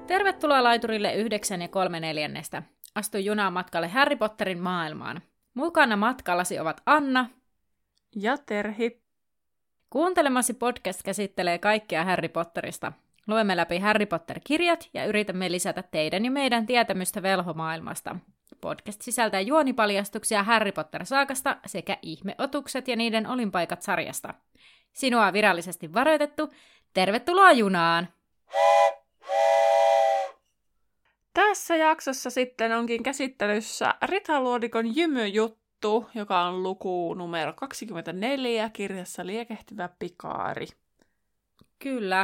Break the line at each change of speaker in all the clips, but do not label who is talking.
Tervetuloa laiturille 9 ja 3/4. Astu junaan matkalle Harry Potterin maailmaan. Mukana matkallasi ovat Anna
ja Terhi.
Kuuntelemasi podcast käsittelee kaikkea Harry Potterista. Luemme läpi Harry Potter-kirjat ja yritämme lisätä teidän ja meidän tietämystä velhomaailmasta. Podcast sisältää juonipaljastuksia Harry Potter-saakasta sekä ihmeotukset ja niiden olinpaikat sarjasta. Sinua on virallisesti varoitettu. Tervetuloa junaan!
Tässä jaksossa sitten onkin käsittelyssä Ritaluodikon jymyjuttu, joka on luku numero 24 kirjassa Liekehtivä pikaari.
Kyllä.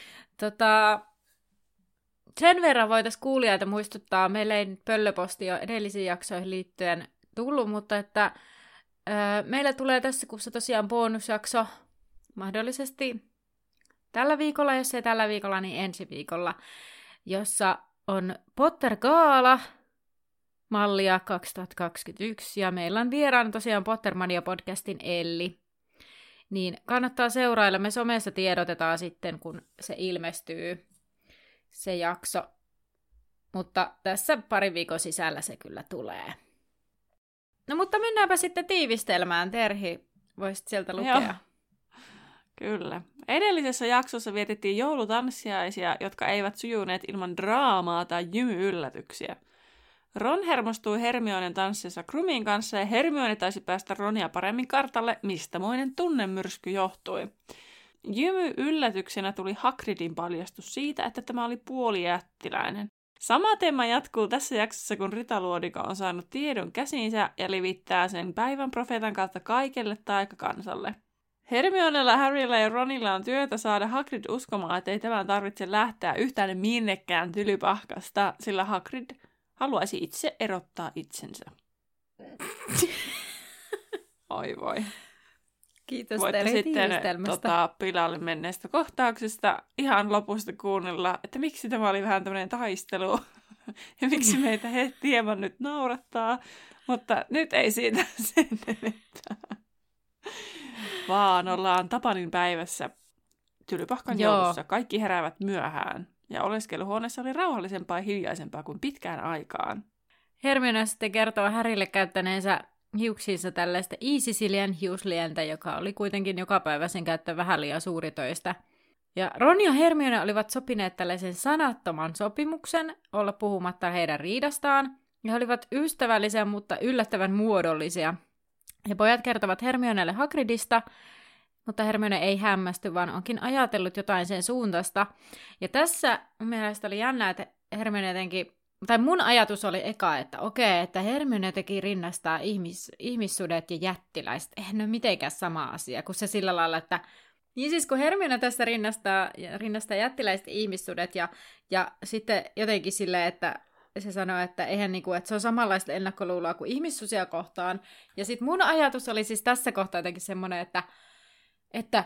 Sen verran voitaisiin kuulijoita muistuttaa, meillä ei nyt pöllöposti jo edellisiin jaksoihin liittyen tullut, mutta että meillä tulee tässä kuussa tosiaan bonusjakso mahdollisesti tällä viikolla, jos ei tällä viikolla, niin ensi viikolla, jossa on Potter-gaala mallia 2021, ja meillä on vieraana tosiaan Pottermania-podcastin Elli. Niin kannattaa seurailla, me somessa tiedotetaan sitten, kun se ilmestyy, se jakso. Mutta tässä parin viikon sisällä se kyllä tulee. No mutta mennäänpä sitten tiivistelmään, Terhi, voisit sieltä lukea.
Joo. Kyllä. Edellisessä jaksossa vietettiin joulutanssiaisia, jotka eivät sujuneet ilman draamaa tai jymyyllätyksiä. Ron hermostui Hermionen tanssissa Krumin kanssa ja Hermione taisi päästä Ronia paremmin kartalle, mistä moinen tunnemyrsky johtui. Jymyyllätyksenä tuli Hagridin paljastus siitä, että tämä oli puolijättiläinen. Sama teema jatkuu tässä jaksossa, kun Ritaluodika on saanut tiedon käsiinsä ja levittää sen päivän profeetan kautta kaikelle taikakansalle. Hermionella, Harrylla ja Ronilla on työtä saada Hagrid uskomaan, että ei tämän tarvitse lähteä yhtään minnekään Tylypahkasta, sillä Hagrid haluaisi itse erottaa itsensä. Oi voi.
Kiitos
Voitte
Terhi
sitten
tiivistelmästä.
pilalle menneestä kohtauksesta ihan lopusta kuunnella, että miksi tämä oli vähän tämmöinen taistelu ja miksi meitä hieman nyt naurattaa, mutta nyt ei siitä sen enempää. Vaan ollaan Tapanin päivässä Tylypahkan joulussa. Kaikki heräävät myöhään. Ja oleskeluhuoneessa oli rauhallisempaa ja hiljaisempaa kuin pitkään aikaan.
Hermione sitten kertoo Harrylle käyttäneensä hiuksiinsa tällaista Easy-Siljan hiuslientä, joka oli kuitenkin jokapäiväisen käyttö vähän liian suuritöistä. Ja Ron ja Hermione olivat sopineet tällaisen sanattoman sopimuksen olla puhumatta heidän riidastaan. Ja he olivat ystävällisiä, mutta yllättävän muodollisia. Ja pojat kertovat Hermionelle Hagridista, mutta Hermione ei hämmästy, vaan onkin ajatellut jotain sen suuntaista. Ja tässä mun mielestä oli jännä, että Hermione jotenkin, tai mun ajatus oli eka, että okei, että Hermione teki rinnastaa ihmissudet ja jättiläiset. Eihän ne ole mitenkään sama asia, kuin se sillä lailla, että niin siis kun Hermione tässä rinnastaa jättiläiset ihmissudet ja sitten jotenkin silleen, että se sanoi, että eihän niinku, että se on samanlaista ennakkoluuloa kuin ihmissusia kohtaan. Ja sitten mun ajatus oli siis tässä kohtaa jotenkin semmoinen, että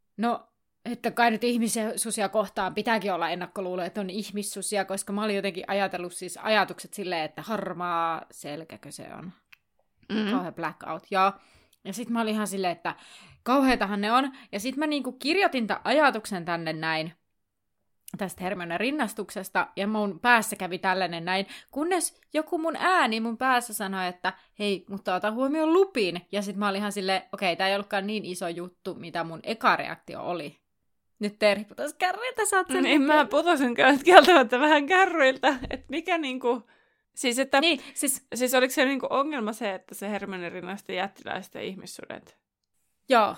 kai nyt ihmissusia kohtaan pitääkin olla ennakkoluulo, että on ihmissusia, koska mä olin jotenkin ajatellut siis ajatukset silleen, että harmaa selkäkö se on. Kauhean blackout, joo. Ja sitten mä olin ihan silleen, että kauheatahan ne on. Ja sitten mä niinku kirjoitin tämän ajatuksen tänne näin, tästä Hermionen rinnastuksesta, ja mun päässä kävi tällainen näin, kunnes joku mun ääni mun päässä sanoi, että hei, mutta ota huomioon Lupin. Ja sit mä olin ihan silleen, okei, tää ei ollutkaan niin iso juttu, mitä mun eka reaktio oli. Nyt Terhi putosi kärryiltä, sä oot sen
niin mä putosin kieltämättä vähän kärryiltä, että mikä niinku, siis että,
niin,
siis oliko se niinku ongelma se, että se Hermione rinnasti jättiläiset ja ihmissudet?
Joo.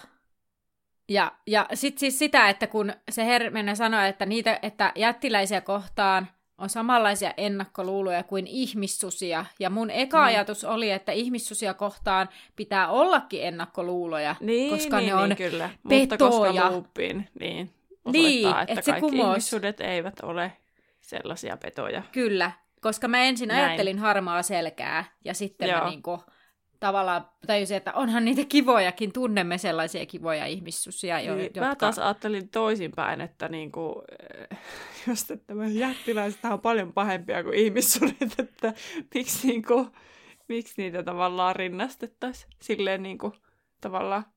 Ja sitten siis sitä, että kun se Hermione sanoi, että jättiläisiä kohtaan on samanlaisia ennakkoluuloja kuin ihmissusia. Ja mun eka ajatus oli, että ihmissusia kohtaan pitää ollakin ennakkoluuloja, koska ne on
kyllä.
petoja.
Mutta koska Lupin, osoittaa, että
se
kaikki ihmissudet eivät ole sellaisia petoja.
Kyllä, koska mä ensin ajattelin harmaa selkää, ja sitten mä niinku tavallaan tajusin, että onhan niitä kivojakin, tunnemme sellaisia kivoja ihmissusia, jotka...
Mä taas ajattelin toisinpäin, että niinku, just että jättiläiset on paljon pahempia kuin ihmissudet, että miksi niitä tavallaan rinnastettaisiin silleen niinku tavallaan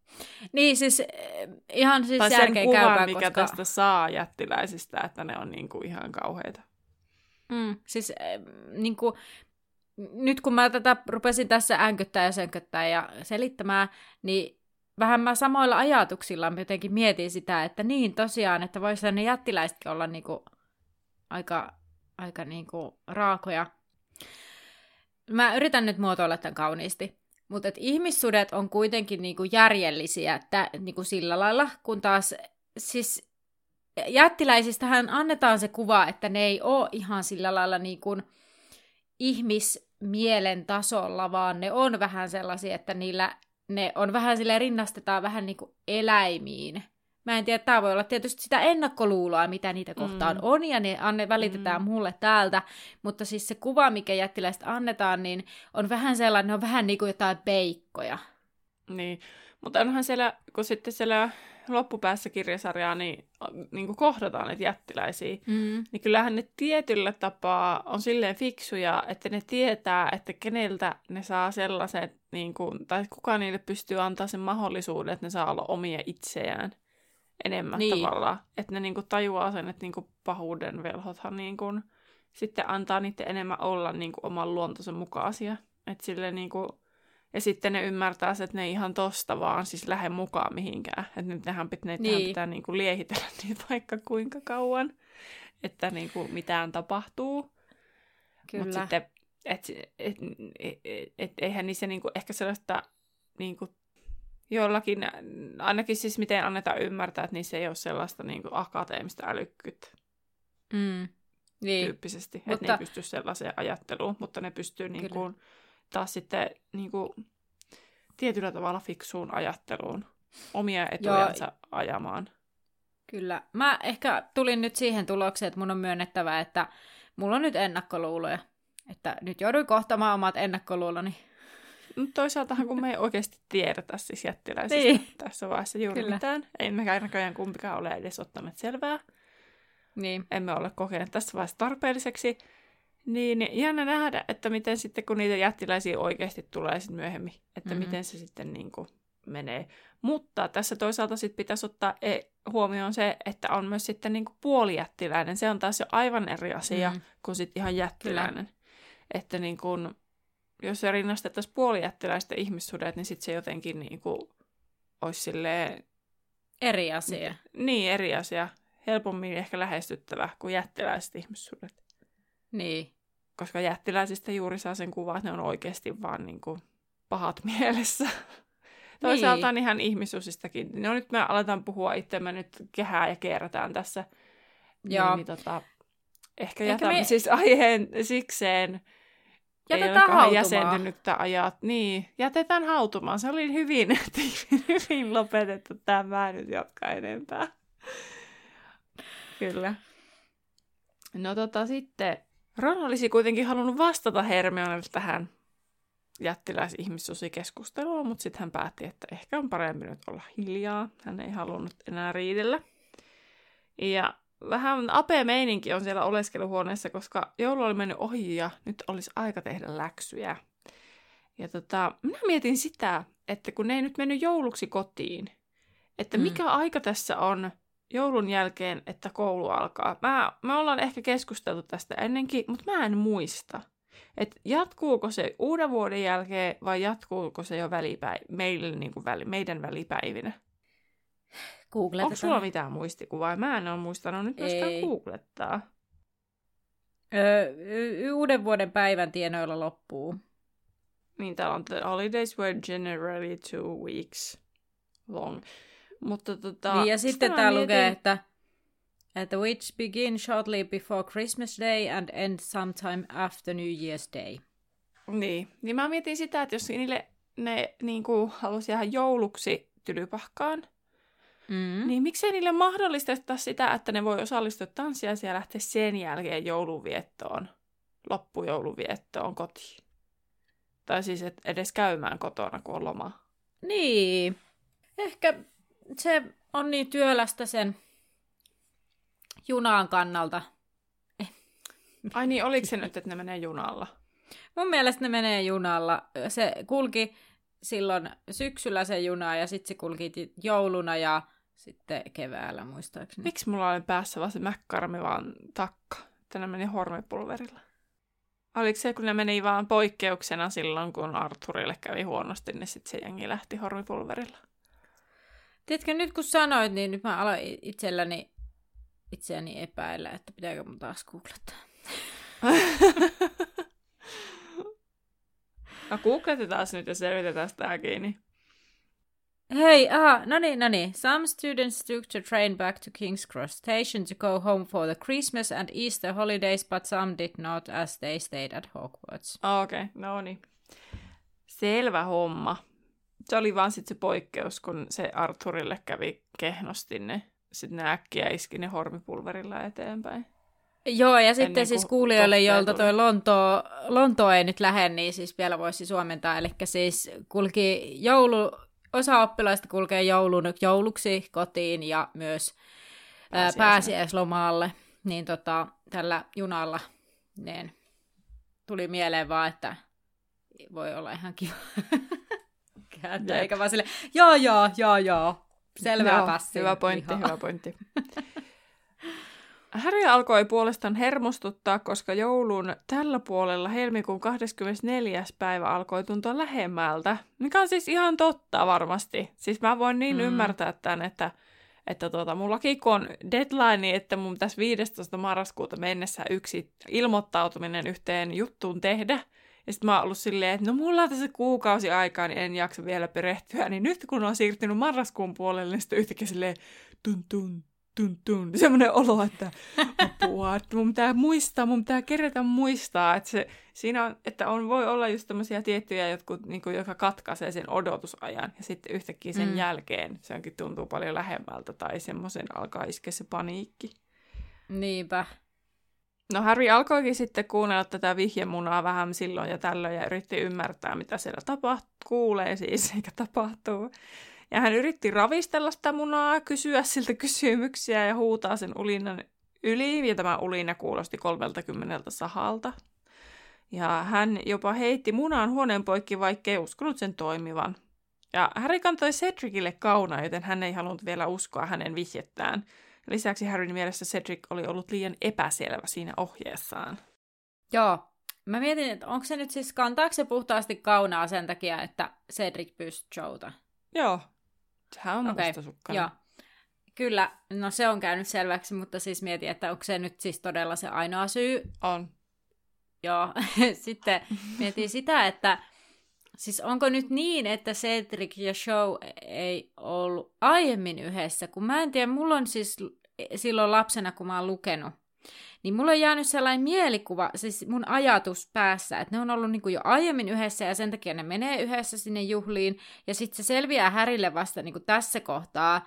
Niin siis ihan siis
tai sen
järkeä
kuvan,
käykää,
mikä
koska...
tästä saa jättiläisistä, että ne on niinku ihan kauheita.
Siis niin kuin, nyt kun mä tätä rupesin tässä änkyttää ja sönköttää ja selittämään, niin vähän mä samoilla ajatuksilla jotenkin mietin sitä, että niin tosiaan, että voisi ne jättiläisetkin olla niinku aika niinku raakoja. Mä yritän nyt muotoilla tämän kauniisti, mutta ihmissudet on kuitenkin niinku järjellisiä niinku sillä lailla, kun taas siis jättiläisistähän annetaan se kuva, että ne ei ole ihan sillä lailla niinku ihmismielen tasolla, vaan ne on vähän sellaisia, että ne on vähän silleen rinnastetaan vähän niin kuin eläimiin. Mä en tiedä, tämä voi olla tietysti sitä ennakkoluuloa, mitä niitä kohtaan on, ja ne välitetään mulle täältä, mutta siis se kuva, mikä jättiläistä annetaan, niin on vähän sellainen, ne on vähän niin kuin jotain peikkoja.
Niin, mutta onhan siellä, kun sitten siellä loppupäässä kirjasarjaa, niin kuin kohdataan näitä jättiläisiä, niin kyllähän ne tietyllä tapaa on silleen fiksuja, että ne tietää, että keneltä ne saa sellaiset, niin kuin, tai kuka niille pystyy antaa sen mahdollisuuden, että ne saa olla omia itseään enemmän tavallaan. Että ne niin kuin tajuaa sen, että niin kuin pahuuden velhothan niin kuin, sitten antaa niiden enemmän olla niin kuin oman luontonsa mukaisia. Että silleen niin kuin, ja sitten ne ymmärtää, että ne ei ihan tosta vaan siis lähde mukaan mihinkään. Että nyt nehän pitää niinku liehitellä niitä vaikka kuinka kauan, että niinku mitään tapahtuu.
Kyllä.
Mutta sitten, eihän niissä niinku ehkä sellaista niinku jollakin, ainakin siis miten annetaan ymmärtää, että niissä ei ole sellaista niinku akateemista älykkyyttä. Tyyppisesti. Mutta... Että ne ei pysty sellaiseen ajatteluun, mutta ne pystyy niinku taas sitten niinku tietyllä tavalla fiksuun ajatteluun, omia etujansa ajamaan.
Kyllä. Mä ehkä tulin nyt siihen tulokseen, että mun on myönnettävä, että mulla on nyt ennakkoluuloja. Että nyt jouduin kohtamaan omat ennakkoluuloni.
No toisaaltahan kun me ei oikeasti tiedetä siis jättiläisistä tässä vaiheessa juuri mitään. Ei mekään näköjään kumpikaan ole edes ottaneet selvää.
Niin.
Emme ole kokeneet tässä vaiheessa tarpeelliseksi. Niin jännä nähdä, että miten sitten, kun niitä jättiläisiä oikeasti tulee sitten myöhemmin, että miten se sitten niin kuin menee. Mutta tässä toisaalta sitten pitäisi ottaa huomioon se, että on myös sitten niin kuin puolijättiläinen. Se on taas jo aivan eri asia kuin sitten ihan jättiläinen. Kyllä. Että niin kuin, jos se rinnastettaisiin puolijättiläistä ihmissudet, niin sitten se jotenkin niin kuin olisi silleen...
Eri asia.
Niin, eri asia. Helpommin ehkä lähestyttävä kuin jättiläiset ihmissudet.
Niin.
Koska jättiläisistä juuri saa sen kuvan, että ne on oikeasti vaan niin kuin pahat mielessä. Toisaalta on ihan ihmissusistakin. No nyt me aletaan puhua itseämme nyt kehää ja kierrätään tässä.
Joo.
Niin, ehkä jätämme siis aiheen sikseen.
Jätetään
ei
hautumaan.
Jäsentynyttä ajat. Niin, jätetään hautumaan. Se oli hyvin lopetettu. Tämä en nyt jatka enempää. Kyllä. No sitten... Ron olisi kuitenkin halunnut vastata Hermionelle tähän jättiläis-ihmissusikeskusteluun, mutta sitten hän päätti, että ehkä on parempi nyt olla hiljaa. Hän ei halunnut enää riidellä. Ja vähän apea meininki on siellä oleskeluhuoneessa, koska joulu oli mennyt ohi ja nyt olisi aika tehdä läksyjä. Ja minä mietin sitä, että kun ne ei nyt mennyt jouluksi kotiin, että mikä aika tässä on joulun jälkeen, että koulu alkaa. Me ollaan ehkä keskusteltu tästä ennenkin, mutta mä en muista. Että jatkuuko se uuden vuoden jälkeen vai jatkuuko se jo meidän välipäivinä?
Googletetaan.
Onko sulla mitään muistikuvaa? Mä en ole muistanut nyt myöskään googlettaa.
Uuden vuoden päivän tienoilla loppuu.
Niin, täällä on the holidays were generally 2 weeks long. Mutta
niin, ja sitten täällä lukee, että which begin shortly before Christmas Day and end sometime after New Year's Day.
Niin mä mietin sitä, että jos ne niinku halusi jäädä jouluksi Tylypahkaan, niin miksei niille mahdollisteta sitä, että ne voi osallistua tanssiaisiin ja lähteä sen jälkeen loppujouluviettoon kotiin. Tai siis edes käymään kotona, kun on loma.
Niin. Ehkä se on niin työlästä sen junaan kannalta.
Ai niin, oliko se nyt, että ne menee junalla?
Mun mielestä ne menee junalla. Se kulki silloin syksyllä se juna ja sitten se kulki jouluna ja sitten keväällä muistaakseni.
Miksi mulla oli päässä vaan se mäkkarmi vaan takka, että ne meni hormipulverilla? Oliko se, kun ne meni vaan poikkeuksena silloin, kun Arthurille kävi huonosti, niin sitten se jengi lähti hormipulverilla?
Tiedätkö, nyt kun sanoit, niin nyt mä aloin itseäni epäillä, että pitääkö mun taas googlettaa.
No googletetaan nyt ja selvitetään sitä kiinni.
Hei, no niin. Some students took the train back to King's Cross Station to go home for the Christmas and Easter holidays, but some did not as they stayed at Hogwarts.
Okei, no niin. Selvä homma. Se oli vaan sitten se poikkeus, kun se Arthurille kävi kehnosti, ne sitten ne äkkiä iski ne hormipulverilla eteenpäin.
Joo, ja sitten siis kuulijoille, joilta toi Lonto ei nyt lähde, niin siis vielä voisi suomentaa. Eli siis kulki osa oppilaista kulkee jouluksi kotiin ja myös pääsiäislomaalle. Niin tällä junalla niin tuli mieleen vaan, että voi olla ihan kiva kääntää, eikä vaan sille, joo, selvää passi.
Hyvä pointti. Harry alkoi puolestaan hermostuttaa, koska joulun tällä puolella helmikuun 24. päivä alkoi tuntua lähemmältä, mikä on siis ihan totta varmasti. Siis mä voin niin ymmärtää tämän, että mullakin kun on deadline, että mun pitäisi 15. marraskuuta mennessä yksi ilmoittautuminen yhteen juttuun tehdä. Ja sitten mä oon ollut silleen, että no mulla on tässä kuukausi aikaa, niin en jaksa vielä perehtyä. Niin nyt kun on siirtynyt marraskuun puolelle, niin sitten yhtäkkiä silleen tun. Semmoinen olo, että apua, että mun pitää kerätä muistaa, että siinä on, että voi olla just tämmöisiä tiettyjä jotkut, niin kuin, joka katkaisee sen odotusajan, ja sitten yhtäkkiä sen jälkeen se onkin tuntuu paljon lähemmältä, tai semmoisen alkaa iskeä se paniikki.
Niinpä.
No Harry alkoikin sitten kuunnella tätä vihjemunaa vähän silloin ja tällöin, ja yritti ymmärtää, mitä siellä kuulee siis, eikä tapahtuu. Ja hän yritti ravistella sitä munaa, kysyä siltä kysymyksiä ja huutaa sen ulinan yli. Ja tämä ulina kuulosti 30 sahalta. Ja hän jopa heitti munaan huoneen poikki, vaikkei uskonut sen toimivan. Ja Harry kantoi Cedricille kaunaa, joten hän ei halunnut vielä uskoa hänen vihjettään. Lisäksi Harryn mielestä Cedric oli ollut liian epäselvä siinä ohjeessaan.
Joo. Mä mietin, että onko se nyt siis, kantaako se puhtaasti kaunaa sen takia, että Cedric pyysi Jouta?
Joo. Sehän on mustasukkainen.
Joo. Kyllä, no se on käynyt selväksi, mutta siis mietin, että onko se nyt siis todella se ainoa syy.
On.
Joo, sitten mietin sitä, että siis onko nyt niin, että Cedric ja Show ei ollut aiemmin yhdessä, kun mä en tiedä, mulla on siis silloin lapsena, kun mä oon lukenut, niin mulla on jäänyt sellainen mielikuva, siis mun ajatus päässä, että ne on ollut niin kuin jo aiemmin yhdessä ja sen takia ne menee yhdessä sinne juhliin ja sitten se selviää Harrylle vasta niin kuin tässä kohtaa.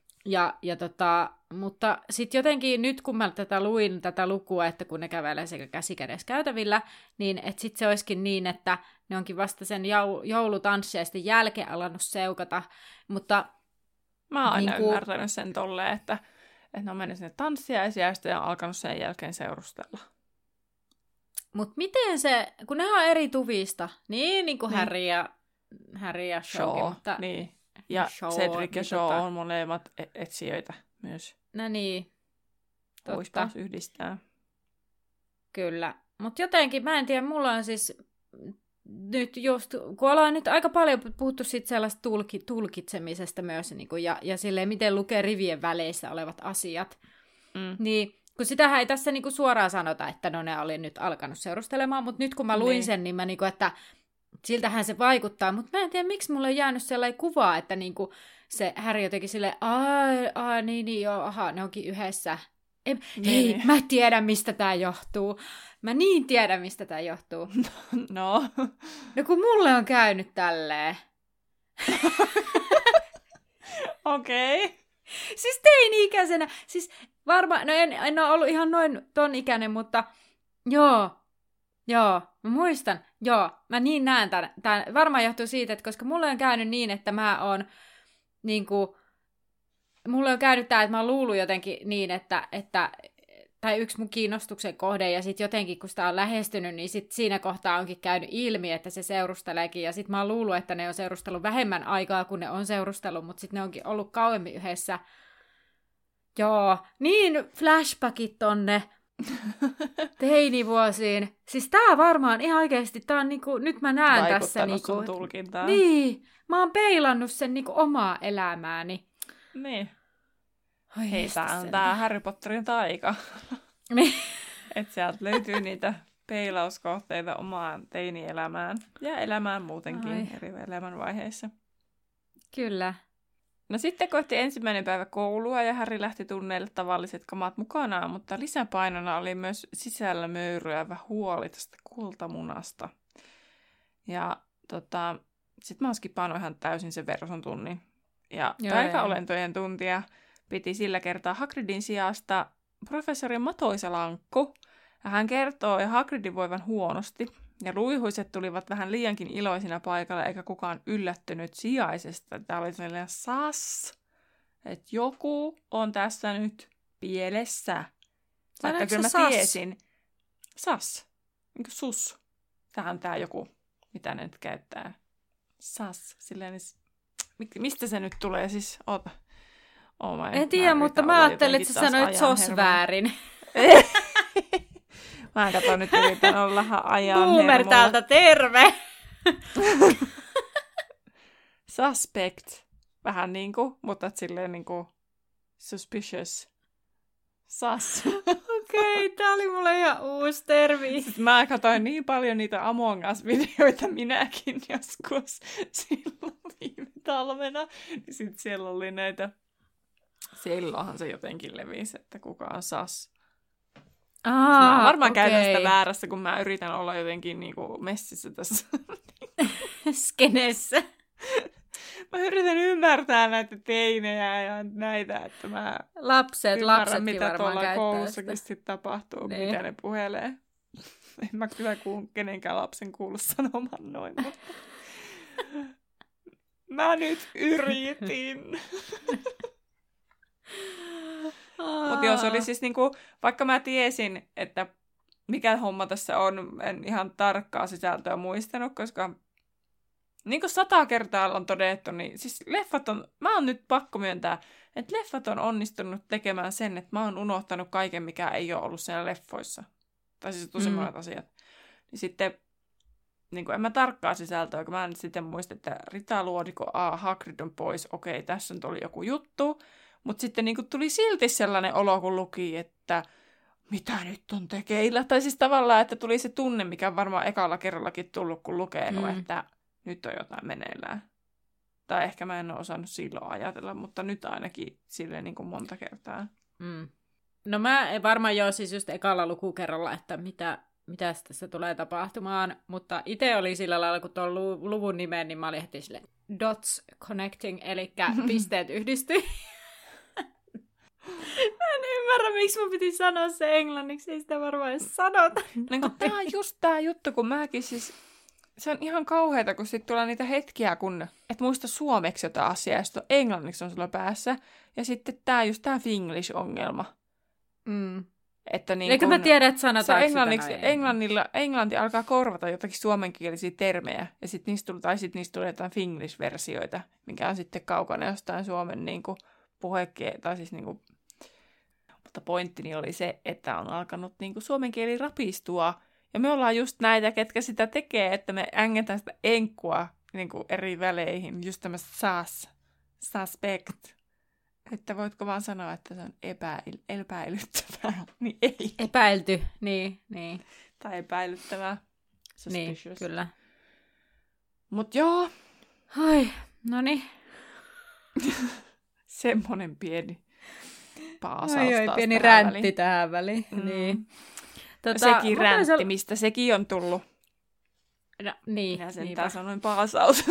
Mutta sitten jotenkin nyt kun mä luin tätä lukua, että kun ne kävelee sekä käsikädessä käytävillä, niin että sitten se olisikin niin, että ne onkin vasta sen joulutanssiaisten jälkeen alannut seukata, mutta
mä oon aina ymmärtänyt sen tolleen, että ne on mennyt sinne tanssiaisiin ja sitten on alkanut sen jälkeen seurustella.
Mutta miten se, kun ne on eri tuvista, niin kuin Harry ja Shaw. Mutta
niin. Ja Cedric ja Shaw on molemmat etsijöitä myös.
No niin.
Voisi taas yhdistää.
Kyllä. Mutta jotenkin, mä en tiedä, mulla on siis nyt just, kun ollaan nyt aika paljon puhuttu sit sellaista tulkitsemisesta myös, niin kuin, ja silleen, miten lukee rivien väleissä olevat asiat, niin kun sitähän ei tässä niin kuin suoraan sanota, että no ne oli nyt alkanut seurustelemaan, mutta nyt kun mä luin sen, niin mä niin kuin, että siltähän se vaikuttaa, mutta mä en tiedä, miksi mulle on jäänyt sellainen kuva, että niin kuin se Harry jotenkin silleen, ne onkin yhdessä. Hei, mä tiedän, mistä tää johtuu. Mä niin tiedän, mistä tää johtuu.
No
kun mulle on käynyt tälleen.
Okei. Okay.
Siis teini-ikäisenä. Siis varmaan, no en ole ollut ihan noin ton ikäinen, mutta joo, mä muistan. Joo, mä niin näen tämän. Tämä varmaan johtuu siitä, että koska mulle on käynyt niin, että mä oon niinku, mulle on käynyt tää, että mä oon luullut jotenkin niin, että tai yksi mun kiinnostuksen kohde, ja sitten jotenkin, kun sitä on lähestynyt, niin sit siinä kohtaa onkin käynyt ilmi, että se seurusteleekin, ja sitten mä oon luullut, että ne on seurustellut vähemmän aikaa, kun ne on seurustellut, mutta sitten ne onkin ollut kauemmin yhdessä. Joo, niin flashbackit tonne teinivuosiin. Siis tää varmaan ihan oikeesti, tää on niinku, nyt mä näen tässä niinku...
sun tulkintaan.
Niin, mä oon peilannut sen niinku omaa elämääni.
Niin.
Oi
Hei, tää on tää Harry Potterin taika. Että sieltä löytyy niitä peilauskohteita omaan teinielämään ja elämään muutenkin eri elämänvaiheissa.
Kyllä.
No sitten kohti ensimmäinen päivä koulua ja Harry lähti tunneille tavalliset kamat mukanaan, mutta lisäpainona oli myös sisällä möyryävä huoli tästä kultamunasta. Ja sitten mä oon skipannut ihan täysin sen verson tunnin. Ja taikaolentojen tuntia piti sillä kertaa Hagridin sijasta professori Matoisalankku. Ja hän kertoo Hagridin voivan huonosti. Ja luihuiset tulivat vähän liiankin iloisina paikalle, eikä kukaan yllättynyt sijaisesta. Tämä oli sellainen sas, että joku on tässä nyt pielessä. Vaikka kyllä mä tiesin. Sas. Niin kuin sus. Tämä on tämä joku, mitä ne nyt käyttää. Sas. Silleen, mistä se nyt tulee siis? Oota.
En tiedä, mutta mä ajattelin, että sä sanoit sos väärin.
Mä katson nyt, yritän olla ajan
Boomer täältä, terve!
Suspect. Vähän niinku, mutta silleen niinku suspicious. Sus.
Okei, tää oli mulle ihan uusi termi.
Sitten mä katsoin niin paljon niitä Among Us-videoita minäkin joskus silloin viime talvena. Niin sitten siellä oli näitä... Silloinhan se jotenkin levisi, että kuka on sus. Mä varmaan käytän sitä väärässä, kun mä yritän olla jotenkin niinku messissä tässä.
Skenessä.
Mä yritän ymmärtää näitä teinejä ja näitä, että mä
lapsetkin
mitä tuolla koulussakin sitten tapahtuu,
niin.
mitä ne puhelee. En mä kyllä kenenkään lapsen kuulu sanomaan noin, mutta mä nyt yritin. Mutta joo, se oli siis niinku, vaikka mä tiesin, että mikä homma tässä on, en ihan tarkkaa sisältöä muistanut, koska niin kuin 100 kertaa on todettu, niin siis mä oon nyt pakko myöntää, että leffat on onnistunut tekemään sen, että mä oon unohtanut kaiken, mikä ei ole ollut siellä leffoissa. Tai siis tosi monet asiat. Niin sitten, niin kuin en mä tarkkaa sisältöä, kun mä en sitten muista, että Rita Luodiko, Hagrid on pois, okei, tässä nyt oli joku juttu. Mutta sitten niin tuli silti sellainen olo, kun luki, että mitä nyt on tekeillä. Tai siis tavallaan, että tuli se tunne, mikä on varmaan ekalla kerrallakin tullut, kun lukenut, että nyt on jotain meneillään. Tai ehkä mä en ole osannut silloin ajatella, mutta nyt ainakin silleen niin kuin monta kertaa.
No mä varmaan joo siis just ekalla lukukerralla, että mitä tässä tulee tapahtumaan. Mutta itse oli sillä lailla, kun tuon luvun nimen, niin mä olin heti silleen dots connecting, eli pisteet yhdistyi. Mä en ymmärrä, miksi mun piti sanoa se englanniksi, ei sitä varmaan edes sanota.
No, tää on just tää juttu, kun mäkin siis... Se on ihan kauheata, kun sitten tulee niitä hetkiä, kun et muista suomeksi jotain asiaa, ja sitten englanniksi on sulla päässä. Ja sitten tää just tää Finglish-ongelma. Että niin
eikö mä tiedä, että sanotaanko
Englanti alkaa korvata jotakin suomenkielisiä termejä, ja sitten niistä tulee jotain Finglish-versioita, mikä on sitten kaukana jostain suomen niinku tai siis niinku... Mutta pointtini oli se, että on alkanut niinku suomen kieli rapistua, ja me ollaan just näitä, ketkä sitä tekee, että me ängetään sitä enkkua niinku eri väleihin, just tämmöistä suspect. Että voitko vaan sanoa, että se on epäilyttävää, niin ei.
Epäilty, niin.
Tai epäilyttävää. Suspicious.
Niin, kyllä.
Mut joo.
Ai, noniin.
Semmonen pieni paasaus taas
pieni
tähän
räntti
väliin.
tähän väliin. Niin.
Sekin räntti, mistä sekin on tullut.
No, niin.
Minä sentään sanoin paasaus.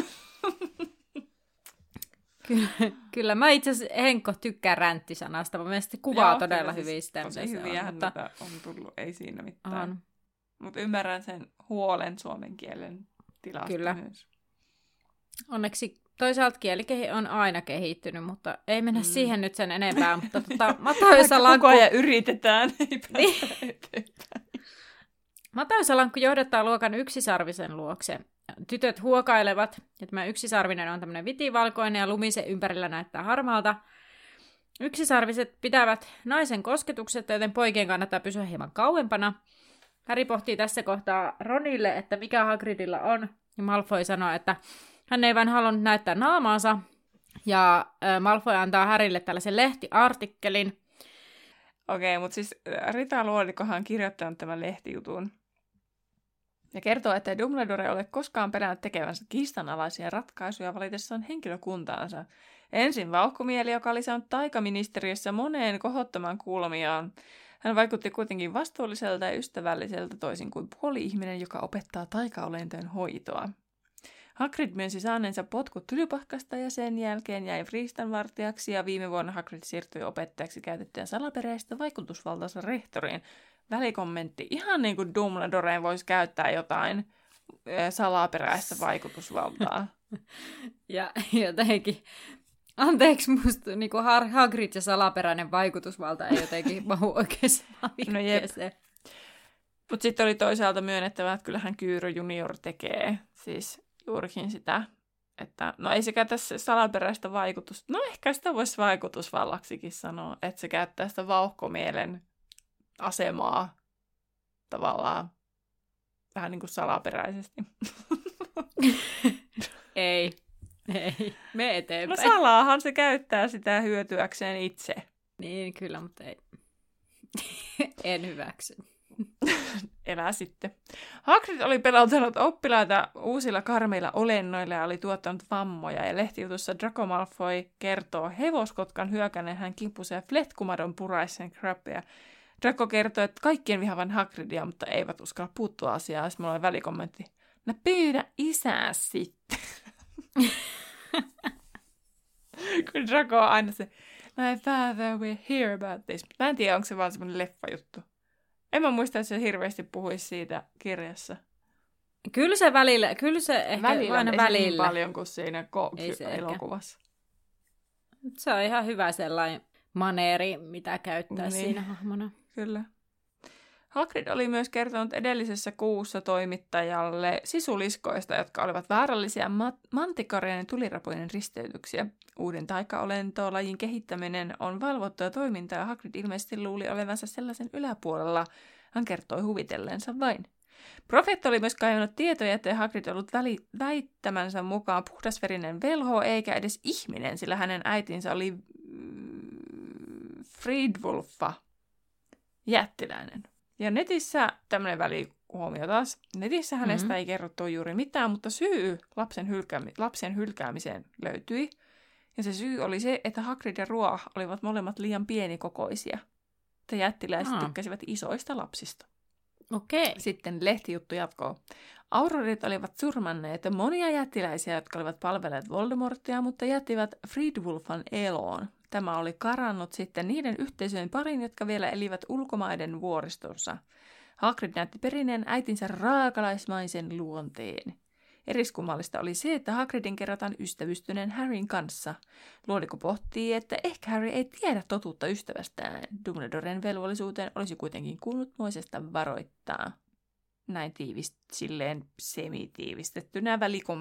Kyllä, mä itse asiassa Henkko tykkään ränttisanasta. Mä mielestäni se kuvaa todella hyvin sitä,
tosi hyviä
mutta...
on tullut, ei siinä mitään. Mutta ymmärrän sen huolen suomen kielen tilasta
kyllä.
myös.
Onneksi toisaalta kielikehi on aina kehittynyt, mutta ei mennä siihen nyt sen enempää. Mutta Matau-Salankku...
Koko ajan yritetään, ei päästä eteenpäin.
Matau-Salankku johdattaa luokan yksisarvisen luokse. Tytöt huokailevat, ja tämä yksisarvinen on tämmöinen vitivalkoinen ja lumisen ympärillä näyttää harmaalta. Yksisarviset pitävät naisen kosketukset, joten poikien kannattaa pysyä hieman kauempana. Harry pohtii tässä kohtaa Ronille, että mikä Hagridilla on, ja Malfoy sanoo, että hän ei vain halunnut näyttää naamaansa, ja Malfoy antaa Harrylle tällaisen lehtiartikkelin.
Okei, mutta siis Rita Luodikohan on kirjoittanut tämän lehtijutun. Ja kertoo, että Dumbledore ei ole koskaan perännyt tekevänsä kiistanalaisia ratkaisuja valitessaan henkilökuntaansa. Ensin vauhkomieli, joka oli saanut taikaministeriössä moneen kohottoman kulmiaan. Hän vaikutti kuitenkin vastuulliselta ja ystävälliseltä toisin kuin puoli-ihminen, joka opettaa taikaolentojen hoitoa. Hagrid myönsi saaneensa potkut Tylypahkasta ja sen jälkeen jäi Vriistanvartijaksi ja viime vuonna Hagrid siirtyi opettajaksi käytettyään salaperäistä vaikutusvaltaansa rehtoriin. Välikommentti. Ihan niin kuin Dumbledoreen voisi käyttää jotain salaperäistä vaikutusvaltaa.
Ja jotenkin, anteeksi musta, niin kuin Hagrid ja salaperäinen vaikutusvalta ei jotenkin mahu oikein savikkeeseen.
Mutta sitten oli toisaalta myönnettävä, että kyllähän Kyyrö junior tekee siis juurikin sitä, että no ei se käytä salaperäistä vaikutusta. No ehkä sitä voisi vaikutusvallaksikin sanoa, että se käyttää sitä vauhkomielen asemaa tavallaan vähän niin kuin salaperäisesti.
Ei, mene eteenpäin.
No salaahan se käyttää sitä hyötyäkseen itse.
Niin, kyllä, mutta ei. En hyväksy.
Elää sitten. Hagrid oli pelotellut oppilaita uusilla karmeilla olennoilla ja oli tuottanut vammoja. Ja lehtijutussa Draco Malfoy kertoo hevoskotkan hyökänneen hän kimpuseen fletkumadon puraisen Crabbia. Draco kertoo, että kaikkien vihavan Hagridia, mutta eivät uskalla puuttua asiaan. Sitten mulla oli välikommentti. No pyydä isää sitten. Kun Draco on aina se, my father will hear about this. Mä en tiedä, onko se vaan semmoinen leffajuttu. En mä muista, että se hirveästi puhuisi siitä kirjassa.
Kyllä se välillä, ehkä aina välillä.
Ei niin paljon kuin siinä elokuvassa.
Se on ihan hyvä sellainen maneeri, mitä käyttää
niin,
siinä hahmona.
Kyllä. Hagrid oli myös kertonut edellisessä kuussa toimittajalle sisuliskoista, jotka olivat vaarallisia mantikarien ja tulirapujen risteytyksiä. Uuden taikaolento-lajin kehittäminen on valvottua toimintaa ja Hagrid ilmeisesti luuli olevansa sellaisen yläpuolella. Hän kertoi huvitelleensa vain. Profeetta oli myös kaivannut tietoja, että Hagrid ollut väittämänsä mukaan puhdasverinen velho eikä edes ihminen, sillä hänen äitinsä oli Freedwulfa, jättiläinen. Ja netissä, tämmöinen välihuomio taas, netissä hänestä ei kerrottu juuri mitään, mutta syy lapsen hylkäämiseen löytyi. Ja se syy oli se, että Hagrid ja Ruoh olivat molemmat liian pienikokoisia. Että jättiläiset tykkäsivät isoista lapsista.
Okei.
Sitten lehtijuttu jatkoo. Aurorit olivat surmanneet monia jättiläisiä, jotka olivat palvelleet Voldemortia, mutta jättivät Freedwulfan eloon. Tämä oli karannut sitten niiden yhteisöjen pariin, jotka vielä elivät ulkomaiden vuoristossa. Hagrid näytti perineen äitinsä raakalaismaisen luonteen. Eriskummallista oli se, että Hagridin kerrotaan ystävystyneen Harryn kanssa. Luodikko pohtii, että ehkä Harry ei tiedä totuutta ystävästään. Dumbledoren velvollisuuteen olisi kuitenkin kuulunut moisesta varoittaa. Näin silleen semitiivistettynä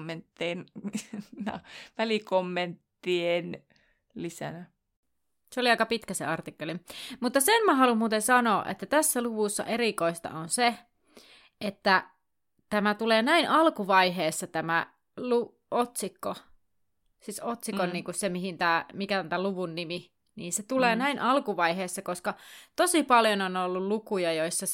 välikommenttien lisänä.
Se oli aika pitkä se artikkeli. Mutta sen mä haluan muuten sanoa, että tässä luvussa erikoista on se, että tämä tulee näin alkuvaiheessa tämä otsikko. Siis otsikon niin kuin se, mikä on tämän luvun nimi. Niin se tulee näin alkuvaiheessa, koska tosi paljon on ollut lukuja, joissa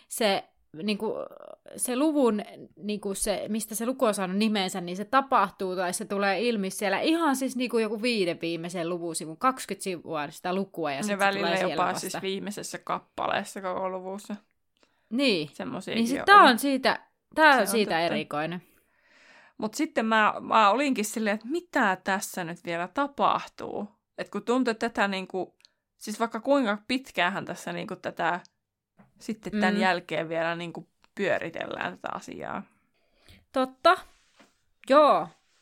se luvun, niin kuin se, mistä se luku on saanut nimensä, niin se tapahtuu tai se tulee ilmi siellä ihan siis niin kuin joku 5 viimeisen luvun 20 sivua sitä lukua. Ja
ne välillä tulee jopa vasta. Siis viimeisessä kappaleessa koko luvussa.
Niin, niin tämä on siitä erikoinen.
Mutta sitten mä olinkin silleen, että mitä tässä nyt vielä tapahtuu. Että kun tuntuu, että tätä niinku, siis vaikka kuinka pitkäänhän tässä niinku tätä sitten tämän jälkeen vielä niinku pyöritellään tätä asiaa.
Totta. Joo.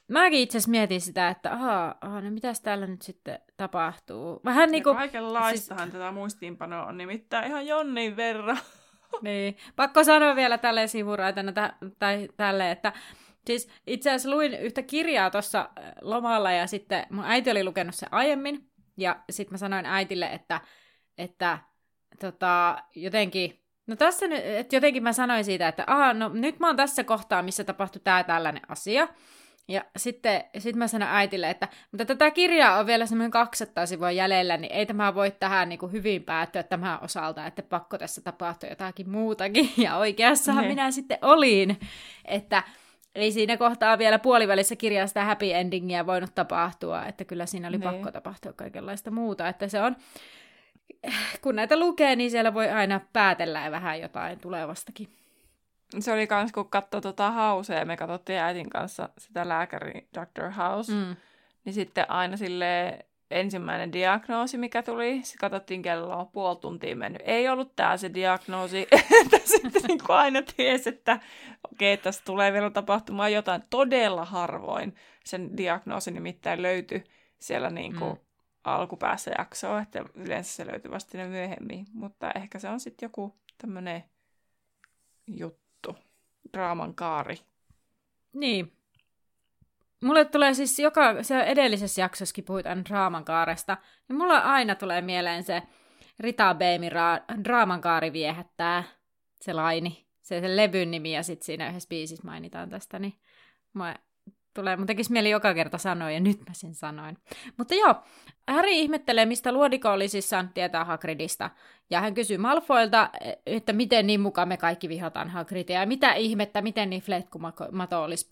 mäkin itse asiassa mietin sitä, että no mitäs täällä nyt sitten tapahtuu. Vähän niin kuin...
Kaikenlaistahan tätä muistiinpanoa on nimittäin ihan jonnin verran.
Niin, pakko sanoa vielä tälleen sivuraitana tai tälleen, että siis itse asiassa luin yhtä kirjaa tuossa lomalla ja sitten mun äiti oli lukenut sen aiemmin ja sitten mä sanoin äitille, että jotenkin, no tässä nyt, että jotenkin mä sanoin siitä, että no nyt mä oon tässä kohtaa, missä tapahtui tällainen asia. Ja sitten mä sanoin äitille, että mutta tätä kirjaa on vielä semmoinen 200 sivua jäljellä, niin ei tämä voi tähän niin kuin hyvin päättyä tämän osalta, että pakko tässä tapahtua jotakin muutakin. Ja oikeassahan minä sitten olin, että ei siinä kohtaa vielä puolivälissä kirjaa sitä happy endingiä voinut tapahtua, että kyllä siinä oli pakko tapahtua kaikenlaista muuta, että se on, kun näitä lukee, niin siellä voi aina päätellä vähän jotain tulevastakin.
Se oli kans, kun katsoi Housea, me katsottiin äitin kanssa sitä lääkäri Dr. House, niin sitten aina silleen ensimmäinen diagnoosi, mikä tuli, se katsottiin kelloa, puoli tuntia mennyt. Ei ollut tää se diagnoosi, että sitten niin kuin aina tiesi, että okei, tässä tulee vielä tapahtumaan jotain. Todella harvoin sen diagnoosi nimittäin löytyi siellä niin kuin alkupäässä jaksoa, että yleensä se löytyi vasta sinne myöhemmin, mutta ehkä se on sitten joku tämmöinen juttu. Draaman kaari. Niin.
Mulle tulee siis se edellisessä jaksossakin puhuit aina draaman kaaresta, niin mulla aina tulee mieleen se Rita Beemin draaman kaari viehättää, se laini, se levyn nimi ja sitten siinä yhdessä biisissä mainitaan tästä, niin mun tekisi mieli joka kerta sanoa ja nyt mä sen sanoin. Mutta joo, Harry ihmettelee, mistä luodiko olisi siis saanut tietää Hagridista. Ja hän kysyy Malfoylta, että miten niin mukaan me kaikki vihataan Hagridia. Ja mitä ihmettä, miten niin fletkumato olisi